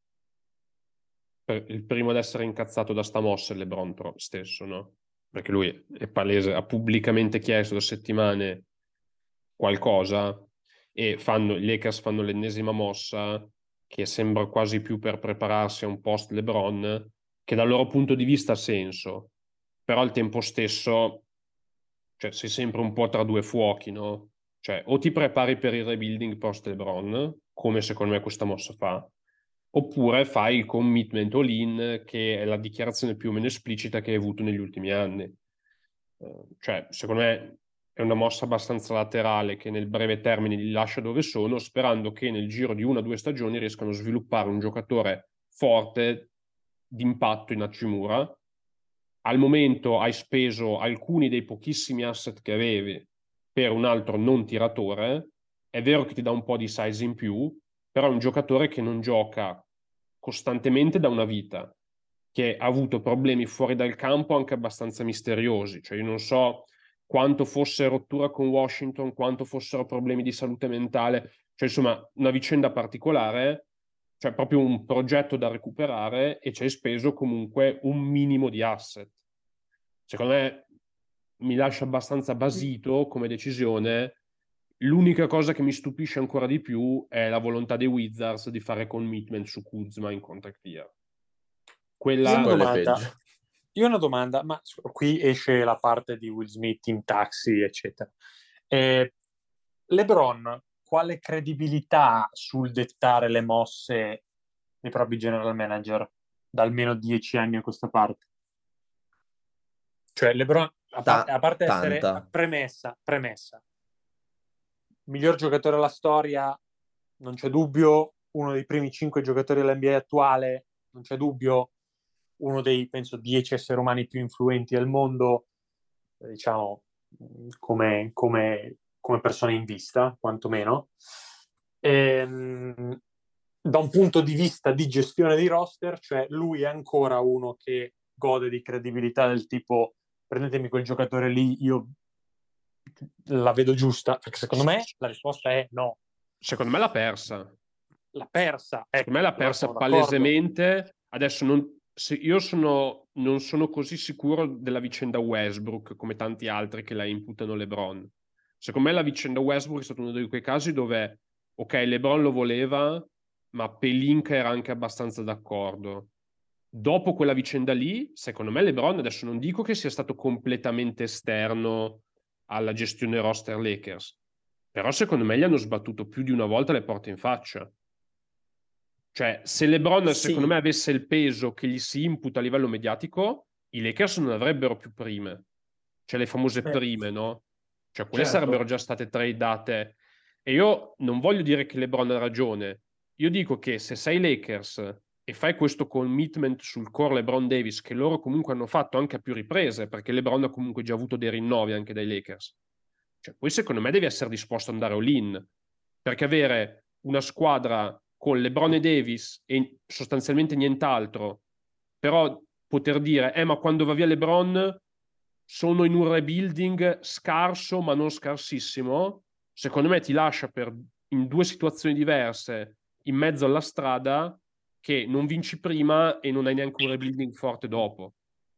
per- il primo ad essere incazzato da sta mossa è LeBron pro- stesso, no? Perché lui è palese, ha pubblicamente chiesto da settimane qualcosa e fanno, i Lakers fanno l'ennesima mossa che sembra quasi più per prepararsi a un post LeBron, che dal loro punto di vista ha senso, però al tempo stesso, cioè, sei sempre un po' tra due fuochi, no? Cioè, o ti prepari per il rebuilding post LeBron, come secondo me questa mossa fa, oppure fai il commitment all-in, che è la dichiarazione più o meno esplicita che hai avuto negli ultimi anni. Eh, cioè, secondo me è una mossa abbastanza laterale che nel breve termine li lascia dove sono, sperando che nel giro di una o due stagioni riescano a sviluppare un giocatore forte d'impatto in Hachimura. Al momento hai speso alcuni dei pochissimi asset che avevi per un altro non tiratore. È vero che ti dà un po' di size in più, però è un giocatore che non gioca costantemente da una vita, che ha avuto problemi fuori dal campo anche abbastanza misteriosi. Cioè io non so quanto fosse rottura con Washington, quanto fossero problemi di salute mentale, cioè insomma una vicenda particolare, cioè proprio un progetto da recuperare, e ci hai speso comunque un minimo di asset. Secondo me mi lascia abbastanza basito come decisione. L'unica cosa che mi stupisce ancora di più è la volontà dei Wizards di fare commitment su Kuzma in contract year. Io ho una Quella... Quello è domanda, peggio. io ho una domanda, ma qui esce la parte di Will Smith in taxi, eccetera. Eh, LeBron, quale credibilità ha sul dettare le mosse dei propri general manager da almeno dieci anni a questa parte? Cioè, LeBron, a, par- Ta- a parte essere tanta. premessa, premessa, miglior giocatore della storia, non c'è dubbio, uno dei primi cinque giocatori dell'N B A attuale, non c'è dubbio, uno dei, penso, dieci esseri umani più influenti al mondo, diciamo, come, come, come persona in vista, quantomeno. Ehm, da un punto di vista di gestione di roster, cioè lui è ancora uno che gode di credibilità del tipo prendetemi quel giocatore lì, io la vedo giusta, perché secondo me la risposta è no. Secondo me l'ha persa. L'ha persa. Secondo Ecco, me l'ha allora persa sono d'accordo. palesemente. Adesso non, se io sono, non sono così sicuro della vicenda Westbrook come tanti altri che la imputano LeBron. Secondo me la vicenda Westbrook è stato uno di quei casi dove, ok, LeBron lo voleva, ma Pelinka era anche abbastanza d'accordo. Dopo quella vicenda lì, secondo me LeBron, adesso non dico che sia stato completamente esterno alla gestione roster Lakers, però secondo me gli hanno sbattuto più di una volta le porte in faccia. Cioè, se LeBron, secondo me, Sì, avesse il peso che gli si imputa a livello mediatico, i Lakers non avrebbero più prime. Cioè, le famose Beh, prime, no? Cioè, quelle certo. sarebbero già state tradate. E io non voglio dire che LeBron ha ragione. Io dico che se sei Lakers e fai questo commitment sul core LeBron Davis, che loro comunque hanno fatto anche a più riprese, perché LeBron ha comunque già avuto dei rinnovi anche dai Lakers, cioè, poi secondo me devi essere disposto ad andare all-in, perché avere una squadra con LeBron e Davis e sostanzialmente nient'altro, però poter dire, eh ma quando va via LeBron sono in un rebuilding scarso ma non scarsissimo, secondo me ti lascia per, in due situazioni diverse in mezzo alla strada, che non vinci prima e non hai neanche un rebuilding forte dopo.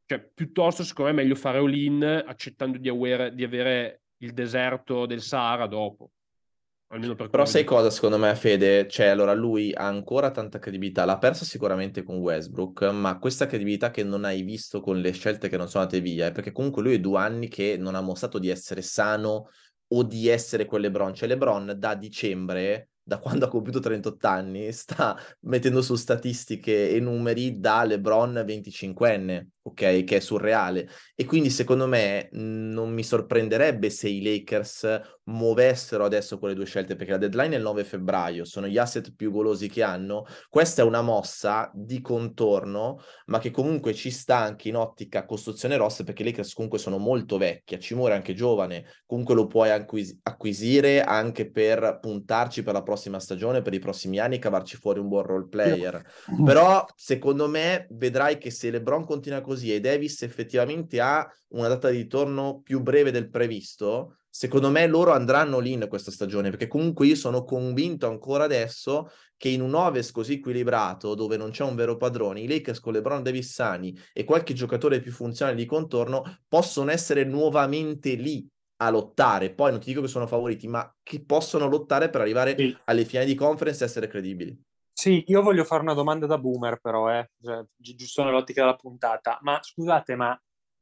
Cioè, piuttosto, secondo me, è meglio fare all-in accettando di avere, di avere il deserto del Sahara dopo. Almeno per Però come sai vedo. cosa secondo me, Fede? Cioè, allora lui ha ancora tanta credibilità, l'ha persa sicuramente con Westbrook, ma questa credibilità che non hai visto con le scelte che non sono andate via, è perché comunque lui è due anni che non ha mostrato di essere sano o di essere quel LeBron. Cioè LeBron da dicembre, da quando ha compiuto trentotto anni, sta mettendo su statistiche e numeri da LeBron venticinquenne, ok? Che è surreale. E quindi secondo me mh, non mi sorprenderebbe se i Lakers muovessero adesso quelle due scelte, perché la deadline è il nove febbraio, sono gli asset più golosi che hanno. Questa è una mossa di contorno, ma che comunque ci sta anche in ottica costruzione roster, perché i Lakers comunque sono molto vecchi, Hachimura è anche giovane, comunque lo puoi acquis- acquisire anche per puntarci per la prossima stagione, per i prossimi anni, cavarci fuori un buon role player. Però secondo me vedrai che se LeBron continua così e Davis effettivamente ha una data di ritorno più breve del previsto, secondo me loro andranno lì in questa stagione, perché comunque io sono convinto ancora adesso che in un Ovest così equilibrato, dove non c'è un vero padrone, i Lakers con LeBron Davis sani e qualche giocatore più funzionale di contorno possono essere nuovamente lì a lottare. Poi non ti dico che sono favoriti, ma che possono lottare per arrivare Sì. alle finali di conference e essere credibili. Sì, io voglio fare una domanda da boomer però, eh, cioè, gi- giusto nell'ottica della puntata, ma scusate, ma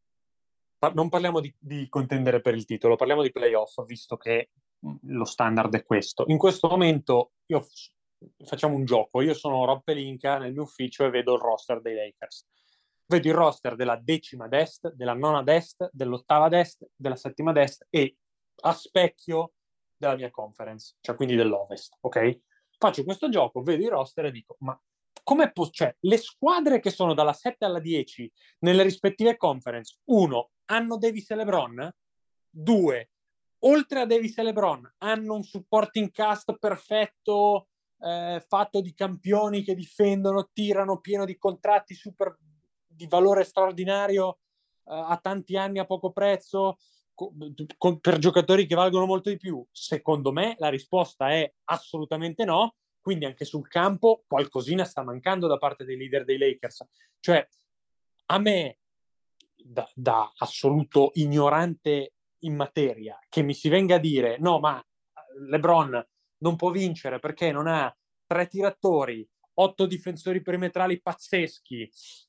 pa- non parliamo di, di contendere per il titolo, parliamo di playoff, visto che mh, lo standard è questo. In questo momento io f- facciamo un gioco, io sono Rob Pelinka nel mio ufficio e vedo il roster dei Lakers. Vedo il roster della decima ad est, della nona ad est, dell'ottava ad est, della settima ad est e a specchio della mia conference, cioè quindi dell'ovest, ok? Faccio questo gioco, vedo i roster e dico, ma come po- cioè, le squadre che sono dalla sette alla dieci nelle rispettive conference, uno, hanno Davis e LeBron, due, oltre a Davis e LeBron, hanno un supporting cast perfetto, eh, fatto di campioni che difendono, tirano, pieno di contratti super di valore straordinario eh, a tanti anni a poco prezzo, co- co- per giocatori che valgono molto di più. Secondo me la risposta è assolutamente no, quindi anche sul campo qualcosina sta mancando da parte dei leader dei Lakers. Cioè, a me, da, da assoluto ignorante in materia, che mi si venga a dire no, ma LeBron non può vincere perché non ha tre tiratori, otto difensori perimetrali pazzeschi,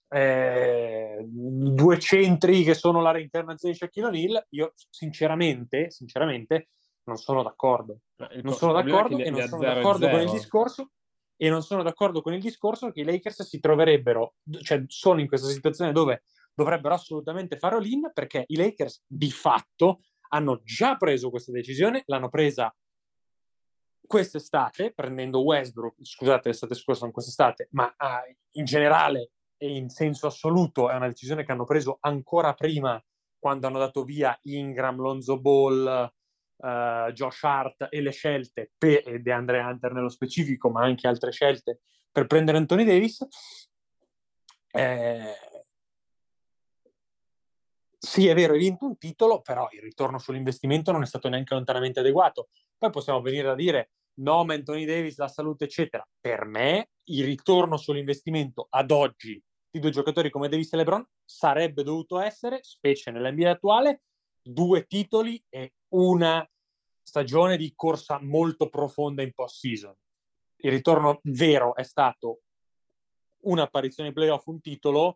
eh, due centri che sono la reincarnazione di Shaquille O'Neal, io sinceramente, sinceramente non sono d'accordo. Il, Non pro- sono il problema è che d'accordo ne, e ne non ha sono zero e d'accordo con il zero. discorso e non sono d'accordo con il discorso che i Lakers si troverebbero, cioè sono in questa situazione dove dovrebbero assolutamente fare all-in perché i Lakers di fatto hanno già preso questa decisione, l'hanno presa quest'estate prendendo Westbrook, scusate l'estate scorsa, non quest'estate, ma uh, in generale e in senso assoluto è una decisione che hanno preso ancora prima quando hanno dato via Ingram, Lonzo Ball, uh, Josh Hart e le scelte per, e DeAndre Hunter nello specifico, ma anche altre scelte per prendere Anthony Davis. Eh, sì, è vero, hai vinto un titolo, però il ritorno sull'investimento non è stato neanche lontanamente adeguato. Poi possiamo venire a dire no, ma Anthony Davis, la salute, eccetera. Per me, il ritorno sull'investimento ad oggi di due giocatori come Davis e LeBron sarebbe dovuto essere, specie nell'N B A attuale, due titoli e una stagione di corsa molto profonda in post-season. Il ritorno vero è stato un'apparizione in playoff, un titolo,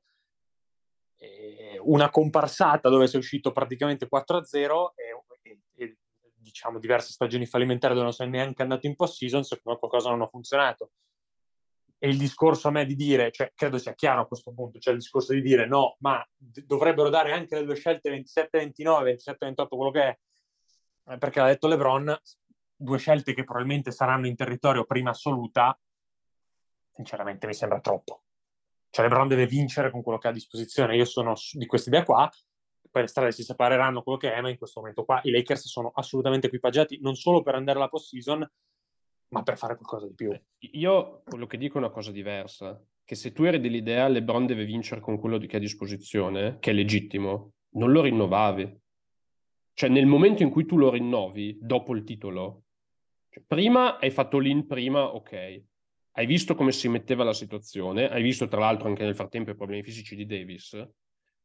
una comparsata dove sei uscito praticamente quattro a zero e, e, e diciamo diverse stagioni fallimentari dove non sei neanche andato in post-season, secondo me qualcosa non ha funzionato. E il discorso a me di dire, cioè credo sia chiaro a questo punto, cioè il discorso di dire no, ma d- dovrebbero dare anche le due scelte ventisette ventinove, ventisette ventotto, quello che è, perché l'ha detto LeBron, due scelte che probabilmente saranno in territorio prima assoluta, sinceramente mi sembra troppo. Cioè LeBron deve vincere con quello che ha a disposizione. Io sono di questa idea qua, poi le strade si separeranno quello che è, ma in questo momento qua i Lakers sono assolutamente equipaggiati non solo per andare alla post-season, ma per fare qualcosa di più. Io quello che dico è una cosa diversa, che se tu eri dell'idea LeBron deve vincere con quello che ha a disposizione, che è legittimo, non lo rinnovavi. Cioè nel momento in cui tu lo rinnovi, dopo il titolo, cioè, prima hai fatto l'in prima, ok, hai visto come si metteva la situazione, hai visto tra l'altro anche nel frattempo i problemi fisici di Davis,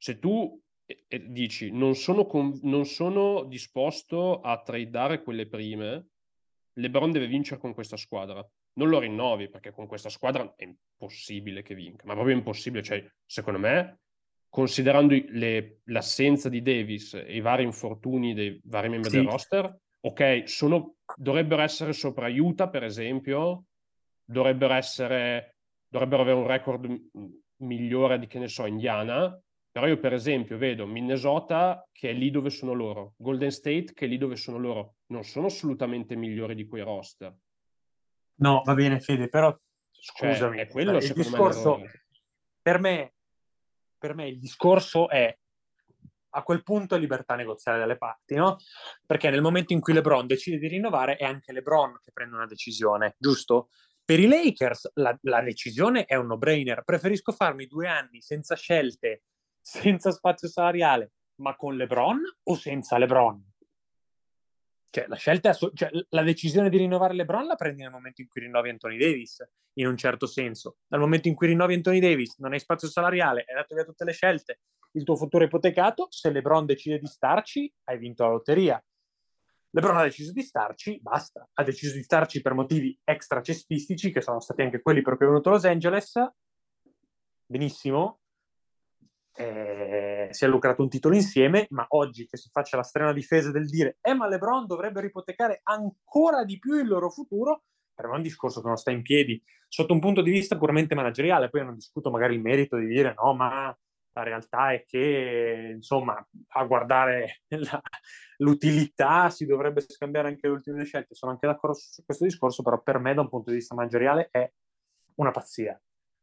Se tu e, e dici non sono, con, non sono disposto a tradare quelle prime, LeBron deve vincere con questa squadra. Non lo rinnovi, perché con questa squadra è impossibile che vinca, ma proprio impossibile. Cioè, secondo me, considerando le, l'assenza di Davis e i vari infortuni dei vari membri Sì. del roster, ok, sono, dovrebbero essere sopra Utah, per esempio, dovrebbero essere, dovrebbero avere un record m- migliore di, che ne so, Indiana, però io per esempio vedo Minnesota che è lì dove sono loro, Golden State che è lì dove sono loro, non sono assolutamente migliori di quei roster. No, va bene Fede, però Cioè, scusami, è quello il secondo me discorso l'errore. per me, per me il discorso è a quel punto è libertà negoziale dalle parti, no? Perché nel momento in cui LeBron decide di rinnovare è anche LeBron che prende una decisione, giusto? Per i Lakers la, la decisione è un no-brainer. Preferisco farmi due anni senza scelte, senza spazio salariale, ma con LeBron o senza LeBron? Cioè, la scelta è asso- cioè, la decisione di rinnovare LeBron la prendi nel momento in cui rinnovi Anthony Davis, in un certo senso. Dal momento in cui rinnovi Anthony Davis, non hai spazio salariale, hai dato via tutte le scelte, il tuo futuro è ipotecato, se LeBron decide di starci, hai vinto la lotteria. LeBron ha deciso di starci, basta. Ha deciso di starci per motivi extra cestistici, che sono stati anche quelli per cui è venuto a Los Angeles. Benissimo. Eh, si è lucrato un titolo insieme, ma oggi che si faccia la strana difesa del dire eh ma LeBron dovrebbe ipotecare ancora di più il loro futuro, per me è un discorso che non sta in piedi sotto un punto di vista puramente manageriale. Poi non discuto magari il merito di dire no, ma la realtà è che insomma a guardare la, l'utilità si dovrebbe scambiare anche le ultime scelte, sono anche d'accordo su questo discorso, però per me da un punto di vista manageriale è una pazzia.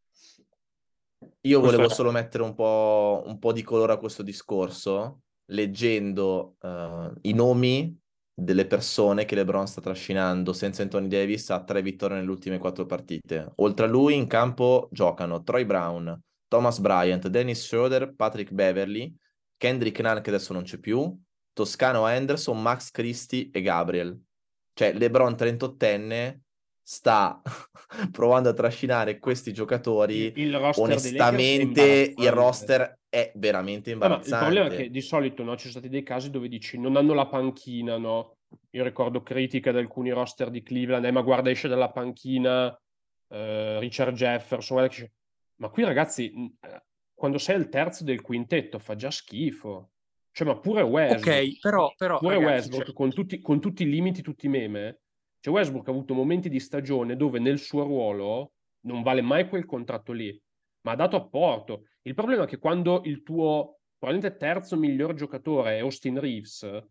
Io Questo volevo è... solo mettere un po', un po' di colore a questo discorso, leggendo eh, i nomi delle persone che LeBron sta trascinando senza Anthony Davis a tre vittorie nelle ultime quattro partite. Oltre a lui in campo giocano Troy Brown, Thomas Bryant, Dennis Schroeder, Patrick Beverly, Kendrick Nunn che adesso non c'è più, Toscano Anderson, Max Christie e Gabriel. Cioè LeBron trentottenne sta provando a trascinare questi giocatori. Il, il roster dei Lakers è Onestamente il imbarazzante. roster è veramente Eh, ma il problema è imbarazzante. che di solito no, ci sono stati dei casi dove dici non hanno la panchina, no? Io ricordo critica da alcuni roster di Cleveland, eh, ma guarda esce dalla panchina eh, Richard Jefferson, guarda che- ma qui ragazzi, mh, quando sei al terzo del quintetto fa già schifo. Cioè, ma pure Westbrook, Ok, però, però pure ragazzi, Westbrook cioè... con tutti, con tutti i limiti, tutti i meme, cioè Westbrook ha avuto momenti di stagione dove nel suo ruolo non vale mai quel contratto lì, ma ha dato apporto. Il problema è che quando il tuo probabilmente terzo miglior giocatore è Austin Reeves,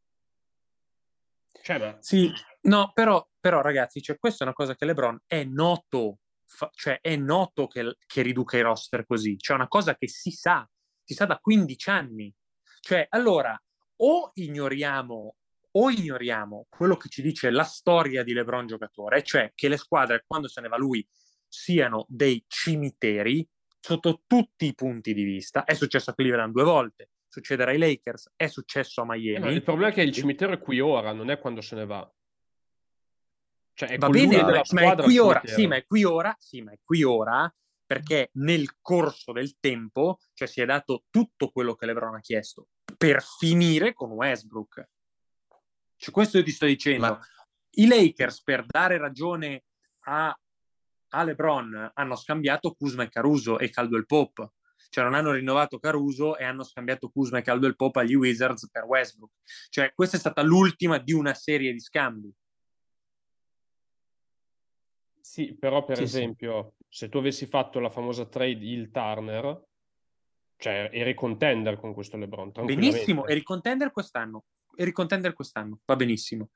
cioè ma... Sì, no, però, però ragazzi, cioè, questa è una cosa che LeBron è noto, fa- cioè è noto che, che riduca i roster così, cioè è una cosa che si sa, si sa da quindici anni. Cioè, allora, o ignoriamo, o ignoriamo quello che ci dice la storia di LeBron giocatore, cioè che le squadre, quando se ne va lui, siano dei cimiteri sotto tutti i punti di vista. È successo a Cleveland due volte, succederà ai Lakers, è successo a eh, ma il Miami. problema è che il cimitero è qui ora, non è quando se ne va. Cioè è Va con lui bene, e ma, della ma è squadra il qui ora, sì, cimitero. ma è qui ora, sì, ma è qui ora perché nel corso del tempo, cioè si è dato tutto quello che LeBron ha chiesto per finire con Westbrook. Cioè, questo io ti sto dicendo. Ma I Lakers, per dare ragione a, a LeBron, hanno scambiato Kuzma e Caruso e Caldwell Pope. Cioè non hanno rinnovato Caruso e hanno scambiato Kuzma e Caldwell Pope agli Wizards per Westbrook. Cioè questa è stata l'ultima di una serie di scambi. Sì, però per sì, sì. esempio, se tu avessi fatto la famosa trade il Turner, cioè eri contender con questo LeBron, Benissimo, tranquillamente. eri contender quest'anno, eri contender quest'anno, va benissimo.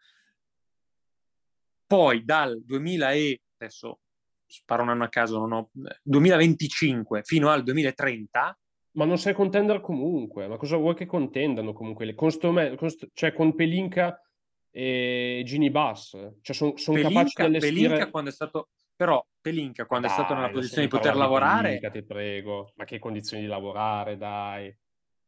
Poi dal duemila e adesso sparo un anno a caso, non ho duemilaventicinque fino al duemilatrenta. Ma non sei contender comunque, ma cosa vuoi che contendano comunque? Con sto me- con sto- cioè con Pelinka e Gini Bass, cioè sono son capaci di Pelinka, Pelinka allestire... quando è stato però Pelinka Ma quando è stato nella dai, adesso posizione non di poter parlare di lavorare, Pelinka, ti prego. Ma che condizioni di lavorare, dai.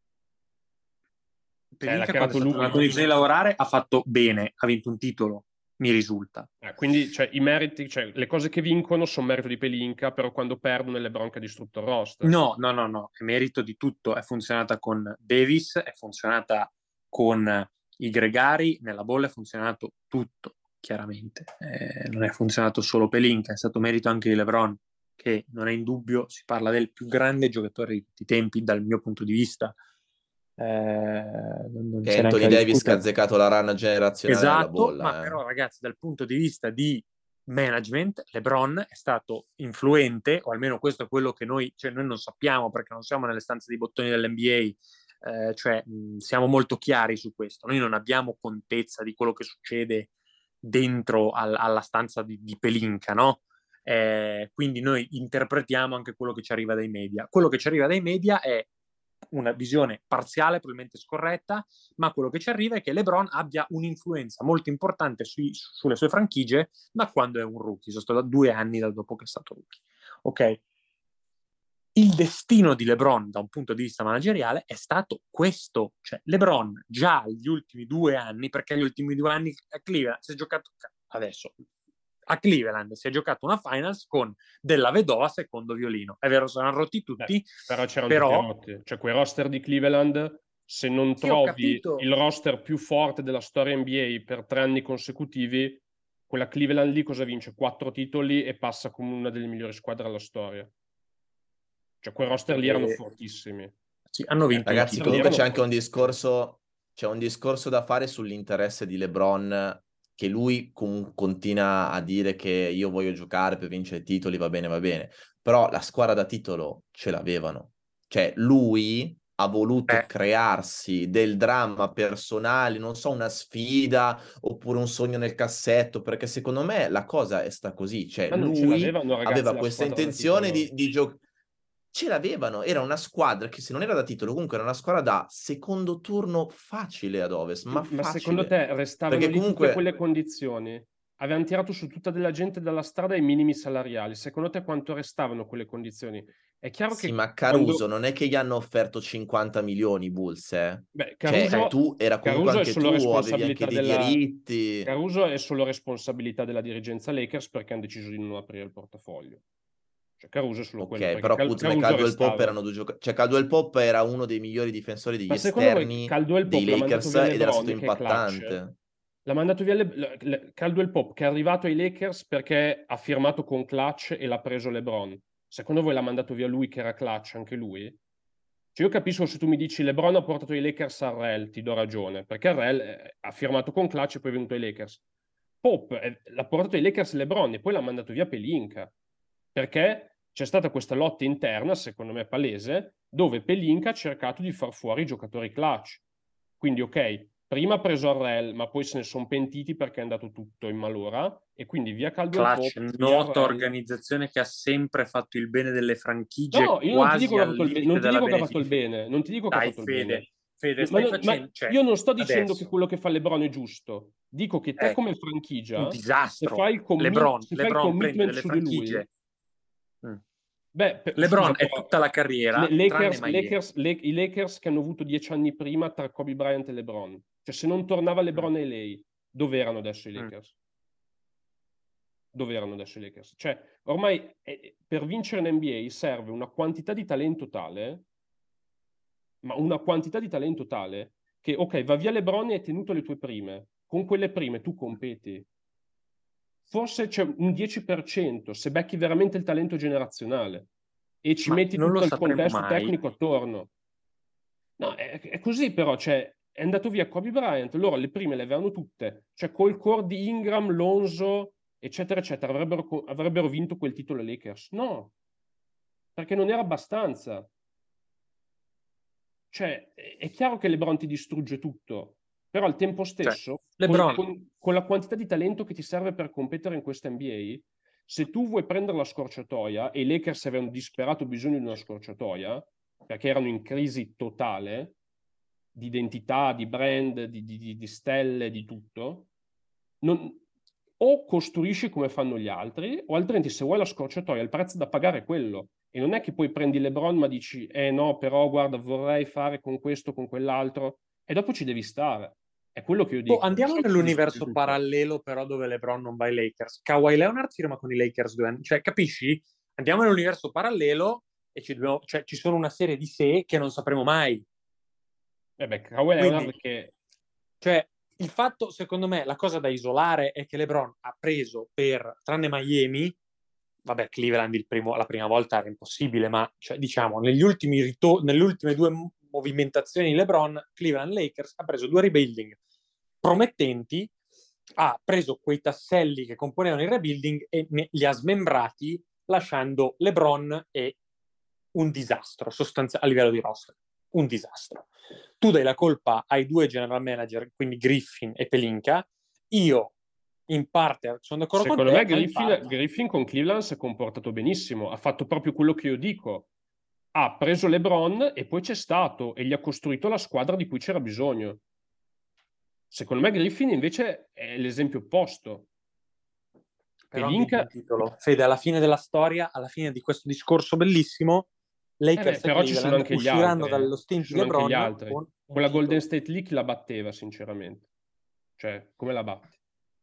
Cioè, l'ha Pelinka quando è creato stato nella lui. posizione di lavorare ha fatto bene, ha vinto un titolo. mi risulta. Eh, quindi cioè, i meriti, cioè, le cose che vincono sono merito di Pelinka, però quando perdono è LeBron che ha distrutto il roster. No, no, no, no, è merito di tutto. È funzionata con Davis, è funzionata con i Gregari, nella bolla è funzionato tutto, chiaramente. Eh, non è funzionato solo Pelinka, è stato merito anche di LeBron, che non è in dubbio, si parla del più grande giocatore di tutti i tempi dal mio punto di vista. Eh, non, non Che c'è neanche Anthony da Davis che ha discutere. azzeccato la run generazionale nella Esatto, bolla. ma eh. però ragazzi, dal punto di vista di management, LeBron è stato influente, o almeno questo è quello che noi, cioè noi non sappiamo perché non siamo nelle stanze dei bottoni dell'N B A, eh, cioè mh, siamo molto chiari su questo, noi non abbiamo contezza di quello che succede dentro al, alla stanza di, di Pelinka, no? Eh, quindi noi interpretiamo anche quello che ci arriva dai media. Quello che ci arriva dai media è una visione parziale, probabilmente scorretta, ma quello che ci arriva è che LeBron abbia un'influenza molto importante sui, sulle sue franchigie da quando è un rookie, sono stato da due anni da dopo che è stato rookie. Ok? Il destino di LeBron da un punto di vista manageriale è stato questo, cioè LeBron già gli ultimi due anni, perché gli ultimi due anni a Cleveland si è giocato adesso a Cleveland si è giocato una finals con Della Vedova secondo violino, è vero, sono rotti tutti. Beh, però c'erano però... tutti rotti, cioè quei roster di Cleveland, se non sì, ho trovi capito. il roster più forte della storia N B A per tre anni consecutivi, quella Cleveland lì cosa vince? Quattro titoli e passa come una delle migliori squadre alla storia. Cioè quei roster lì erano E... fortissimi. sì, hanno vinto un Ragazzi, titolo. comunque c'è anche un fortissimi. discorso, c'è un discorso da fare sull'interesse di LeBron, che lui com- continua a dire che io voglio giocare per vincere titoli, va bene, va bene. Però la squadra da titolo ce l'avevano. Cioè, lui ha voluto Eh. crearsi del dramma personale, non so, una sfida oppure un sogno nel cassetto, perché secondo me la cosa è sta così. Cioè, Ma non ce lui l'avevano, ragazzi, aveva la questa squadra da intenzione titolo. di, di giocare. Ce l'avevano, era una squadra che se non era da titolo, comunque era una squadra da secondo turno facile ad Ovest, ma, Ma facile. secondo te restavano Perché lì comunque... tutte quelle condizioni? Avevano tirato su tutta della gente dalla strada ai minimi salariali. Secondo te quanto restavano quelle condizioni? È chiaro Sì, che ma Caruso quando... non è che gli hanno offerto cinquanta milioni i Bulls, eh? Beh, Cioè, Caruso, tu era comunque Caruso è anche solo tu, avevi anche responsabilità dei della... diritti. Caruso è solo responsabilità della dirigenza Lakers perché hanno deciso di non aprire il portafoglio. Cioè Caruso è solo quello. Ok, Perché però Cal- Kuzma e Caruso Caldwell Pope restava. erano due giocatori. Cioè, Caldwell Pope era uno dei migliori difensori degli Ma secondo voi esterni Caldwell dei Pope l'ha mandato Lakers via ed era stato LeBron, che è clutch? impattante. L'ha mandato via Le- Le- Le- Caldwell Pope, che è arrivato ai Lakers perché ha firmato con clutch e l'ha preso LeBron. Secondo voi l'ha mandato via lui, che era clutch, anche lui? Cioè io capisco se tu mi dici LeBron ha portato i Lakers a Rel, ti do ragione, perché Rel eh, ha firmato con clutch e poi è venuto ai Lakers. Pope eh, l'ha portato ai Lakers LeBron e poi l'ha mandato via Pelinka, perché c'è stata questa lotta interna, secondo me palese, dove Pelinka ha cercato di far fuori i giocatori clutch. Quindi ok, prima ha preso Arrel, ma poi se ne sono pentiti perché è andato tutto in malora, e quindi via Caldwell Clutch, Pope, via nota Arrel. organizzazione che ha sempre fatto il bene delle franchigie, No, io non ti dico quasi che ha al fatto il bene, limite non ti della dico che ha fatto il beneficenza. bene, non ti dico che ha Dai, fatto il Fede, bene. Fede, Ma, stai non- ma facendo... Cioè, io non sto dicendo adesso, che quello che fa LeBron è giusto, dico che te ecco, come un franchigia, se disastro. fai il, commi- LeBron, se fai il LeBron prende commitment delle su di lui, franchigie. Mm. beh, per- LeBron scusa, è però, tutta la carriera, le- tranne Lakers, Miami. Lakers, Le- i Lakers che hanno avuto dieci anni prima tra Kobe Bryant e LeBron. Cioè se non tornava LeBron Mm. e lei, dove erano adesso i Mm. Lakers? Dove erano adesso i Lakers? Cioè, ormai eh, per vincere in N B A serve una quantità di talento tale, ma una quantità di talento tale, che ok, va via LeBron e hai tenuto le tue prime. Con quelle prime tu competi. Forse c'è un dieci per cento se becchi veramente il talento generazionale e ci Ma metti non lo tutto il sapremo contesto mai. tecnico attorno. No, è, è così però, cioè, è andato via Kobe Bryant, loro le prime le avevano tutte, cioè col core di Ingram, Lonzo, eccetera, eccetera, avrebbero, avrebbero vinto quel titolo ai Lakers. No, perché non era abbastanza. Cioè, è, è chiaro che LeBron ti distrugge tutto, però al tempo stesso, Cioè, LeBron... con, con, con la quantità di talento che ti serve per competere in questa N B A, se tu vuoi prendere la scorciatoia, e i Lakers avevano disperato bisogno di una scorciatoia, perché erano in crisi totale, di identità, di brand, di, di, di stelle, di tutto, non, o costruisci come fanno gli altri, o altrimenti se vuoi la scorciatoia il prezzo da pagare è quello. E non è che poi prendi LeBron ma dici, eh no, però guarda, vorrei fare con questo, con quell'altro, e dopo ci devi stare. È quello che io dico. Oh, andiamo So nell'universo parallelo però dove LeBron non va ai Lakers. Kawhi Leonard firma con i Lakers due anni. Cioè, capisci? Andiamo nell'universo parallelo e ci, dobbiamo, cioè, ci sono una serie di sé che non sapremo mai. Eh beh, Kawhi Leonard che... Cioè, il fatto, secondo me, la cosa da isolare è che LeBron ha preso per, tranne Miami, vabbè, Cleveland il primo, la prima volta era impossibile, ma cioè, diciamo, negli ultimi rito- nelle ultime due movimentazioni di LeBron, Cleveland Lakers ha preso due rebuilding promettenti, ha preso quei tasselli che componevano il rebuilding e ne, li ha smembrati, lasciando LeBron e un disastro sostanziale a livello di roster. Un disastro. Tu dai la colpa ai due general manager, quindi Griffin e Pelinka. Io in parte sono d'accordo Secondo con te. me Griffin, parte... Griffin con Cleveland si è comportato benissimo, ha fatto proprio quello che io dico. Ha preso LeBron e poi c'è stato e gli ha costruito la squadra di cui c'era bisogno. Secondo me Griffin invece è l'esempio opposto. Però Pelinka... un titolo. Fede, alla fine della storia, alla fine di questo discorso bellissimo, Lakers eh beh, però e ci sono Cleveland anche gli usciranno altri, dallo stint ci di sono anche gli LeBron altri. con Quella titolo. Golden State League la batteva sinceramente. Cioè, come la batti?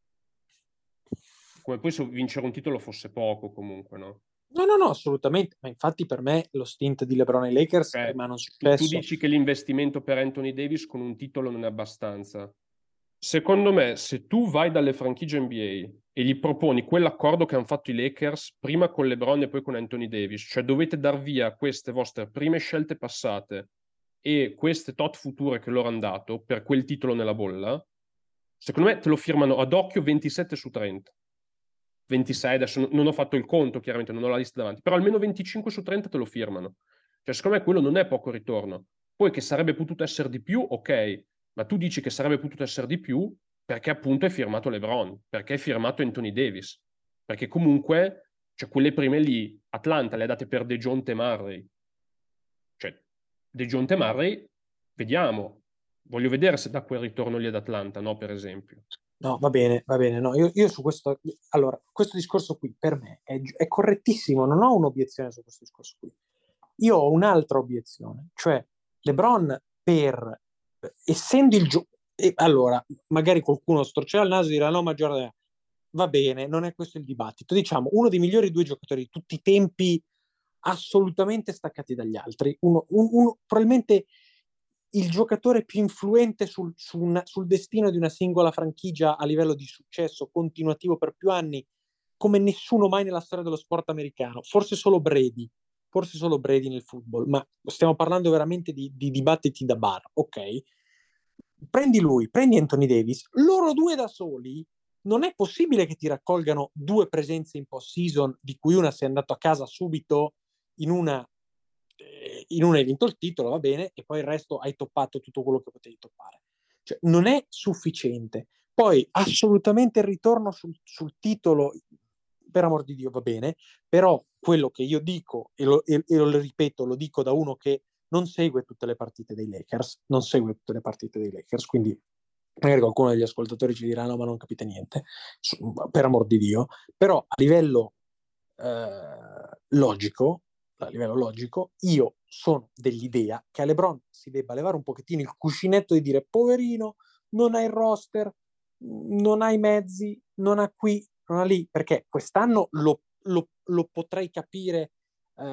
Come poi se vincere un titolo fosse poco comunque, no? No, no, no, assolutamente. Ma infatti per me lo stint di LeBron ai Lakers Cioè, rimane un tu, successo. tu dici che l'investimento per Anthony Davis con un titolo non è abbastanza. Secondo me, se tu vai dalle franchigie N B A e gli proponi quell'accordo che hanno fatto i Lakers, prima con LeBron e poi con Anthony Davis, cioè dovete dar via queste vostre prime scelte passate e queste tot future che loro hanno dato per quel titolo nella bolla, secondo me te lo firmano ad occhio ventisette su trenta. ventisei, adesso non ho fatto il conto, chiaramente non ho la lista davanti, però almeno venticinque su trenta te lo firmano. Cioè, secondo me quello non è poco ritorno. Poi che sarebbe potuto essere di più, ok, ma tu dici che sarebbe potuto essere di più perché appunto hai firmato LeBron, perché hai firmato Anthony Davis, perché comunque, cioè quelle prime lì, Atlanta le ha date per DeJounte Murray. Cioè, DeJounte Murray, vediamo, voglio vedere se da quel ritorno lì ad Atlanta, no, per esempio. No, va bene, va bene. No, io, io su questo, allora, questo discorso qui per me è, è correttissimo, non ho un'obiezione su questo discorso qui. Io ho un'altra obiezione, cioè LeBron per, essendo il gioco, allora, magari qualcuno storcerà il naso e dirà no, ma Jordan, va bene, non è questo il dibattito. Diciamo, uno dei migliori due giocatori di tutti i tempi assolutamente staccati dagli altri, uno, un, uno probabilmente il giocatore più influente sul, su una, sul destino di una singola franchigia a livello di successo continuativo per più anni, come nessuno mai nella storia dello sport americano. Forse solo Brady, forse solo Brady nel football, ma stiamo parlando veramente di, di dibattiti da bar, ok? Prendi lui, prendi Anthony Davis, loro due da soli, non è possibile che ti raccolgano due presenze in post-season, di cui una sei andato a casa subito in una in una hai vinto il titolo, va bene, e poi il resto hai toppato tutto quello che potevi toppare. Cioè, non è sufficiente. Poi assolutamente il ritorno sul, sul titolo, per amor di Dio, va bene, però quello che io dico, e lo, e, e lo ripeto, lo dico da uno che non segue tutte le partite dei Lakers, non segue tutte le partite dei Lakers, quindi magari qualcuno degli ascoltatori ci dirà no, ma non capite niente, per amor di Dio, però a livello eh, logico, a livello logico, io sono dell'idea che a LeBron si debba levare un pochettino il cuscinetto di dire poverino, non ha il roster, non ha i mezzi, non ha qui, non ha lì, perché quest'anno lo, lo, lo potrei capire eh,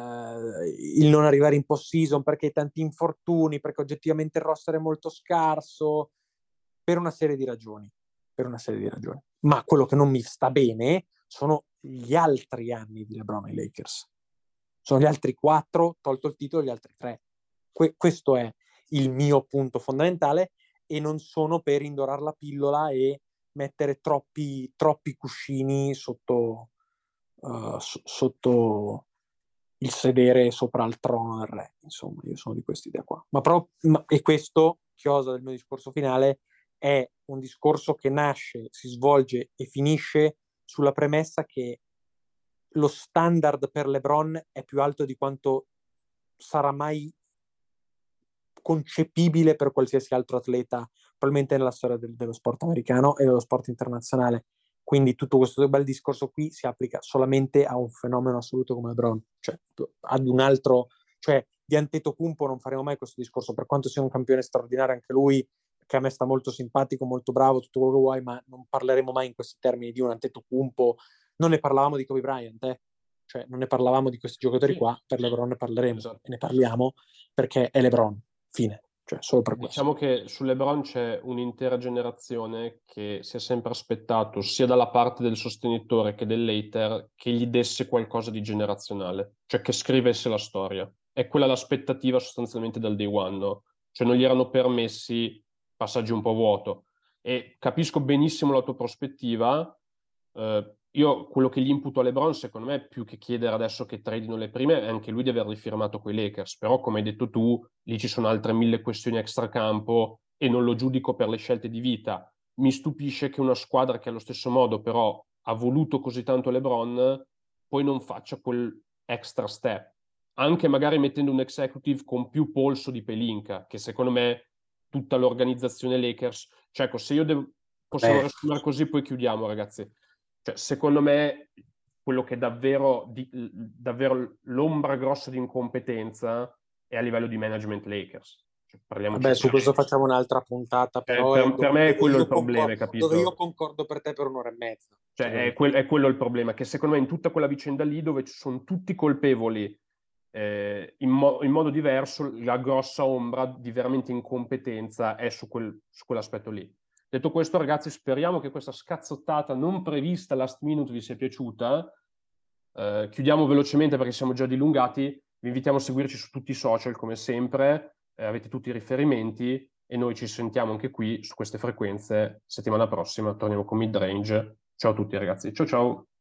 il non arrivare in post-season perché hai tanti infortuni, perché oggettivamente il roster è molto scarso, per una serie di ragioni, per una serie di ragioni. Ma quello che non mi sta bene sono gli altri anni di LeBron ai Lakers. Sono gli altri quattro, tolto il titolo, gli altri tre. Que- questo è il mio punto fondamentale e non sono per indorare la pillola e mettere troppi, troppi cuscini sotto, uh, so- sotto il sedere sopra il trono del re. Insomma, io sono di questa idea qua. Ma però, ma, e questo, chiosa del mio discorso finale, è un discorso che nasce, si svolge e finisce sulla premessa che lo standard per LeBron è più alto di quanto sarà mai concepibile per qualsiasi altro atleta, probabilmente nella storia del, dello sport americano e dello sport internazionale. Quindi tutto questo bel discorso qui si applica solamente a un fenomeno assoluto come LeBron, cioè ad un altro, cioè di Antetokounmpo non faremo mai questo discorso, per quanto sia un campione straordinario anche lui, che a me sta molto simpatico, molto bravo, tutto quello che vuoi, ma non parleremo mai in questi termini di un Antetokounmpo. Non ne parlavamo di Kobe Bryant, eh? Cioè non ne parlavamo di questi giocatori Sì. qua, per LeBron ne parleremo, Esatto. e ne parliamo perché è LeBron, fine, cioè solo per questo. Diciamo che su LeBron c'è un'intera generazione che si è sempre aspettato, sia dalla parte del sostenitore che dell'hater, che gli desse qualcosa di generazionale, cioè che scrivesse la storia. È quella l'aspettativa sostanzialmente dal day one, no? Cioè non gli erano permessi passaggi un po' vuoto. E capisco benissimo la tua prospettiva. Eh, io quello che gli imputo a LeBron, secondo me, più che chiedere adesso che tradino le prime, è anche lui di aver rifirmato coi Lakers. Però, come hai detto tu, lì ci sono altre mille questioni extracampo e non lo giudico per le scelte di vita. Mi stupisce che una squadra che allo stesso modo però ha voluto così tanto LeBron poi non faccia quel extra step, anche magari mettendo un executive con più polso di Pelinka, che secondo me tutta l'organizzazione Lakers, cioè ecco, se io devo, possiamo Beh. riassumere così, poi chiudiamo, ragazzi. Cioè, secondo me quello che è davvero, di, davvero l'ombra grossa di incompetenza è a livello di management Lakers. Cioè, parliamoci Vabbè, su questo chiaramente. facciamo un'altra puntata, però per, è per dove, me è dove quello io il problema, concordo, capito? dove io concordo per te per un'ora e mezza. Cioè, è, quel, è quello il problema, che secondo me in tutta quella vicenda lì, dove ci sono tutti colpevoli eh, in, mo- in modo diverso, la grossa ombra di veramente incompetenza è su, quel, su quell'aspetto lì. Detto questo, ragazzi, speriamo che questa scazzottata non prevista last minute vi sia piaciuta. Eh, chiudiamo velocemente perché siamo già dilungati. Vi invitiamo a seguirci su tutti i social, come sempre. Eh, avete tutti i riferimenti e noi ci sentiamo anche qui su queste frequenze settimana prossima. Torniamo con Midrange. Ciao a tutti, ragazzi. Ciao ciao.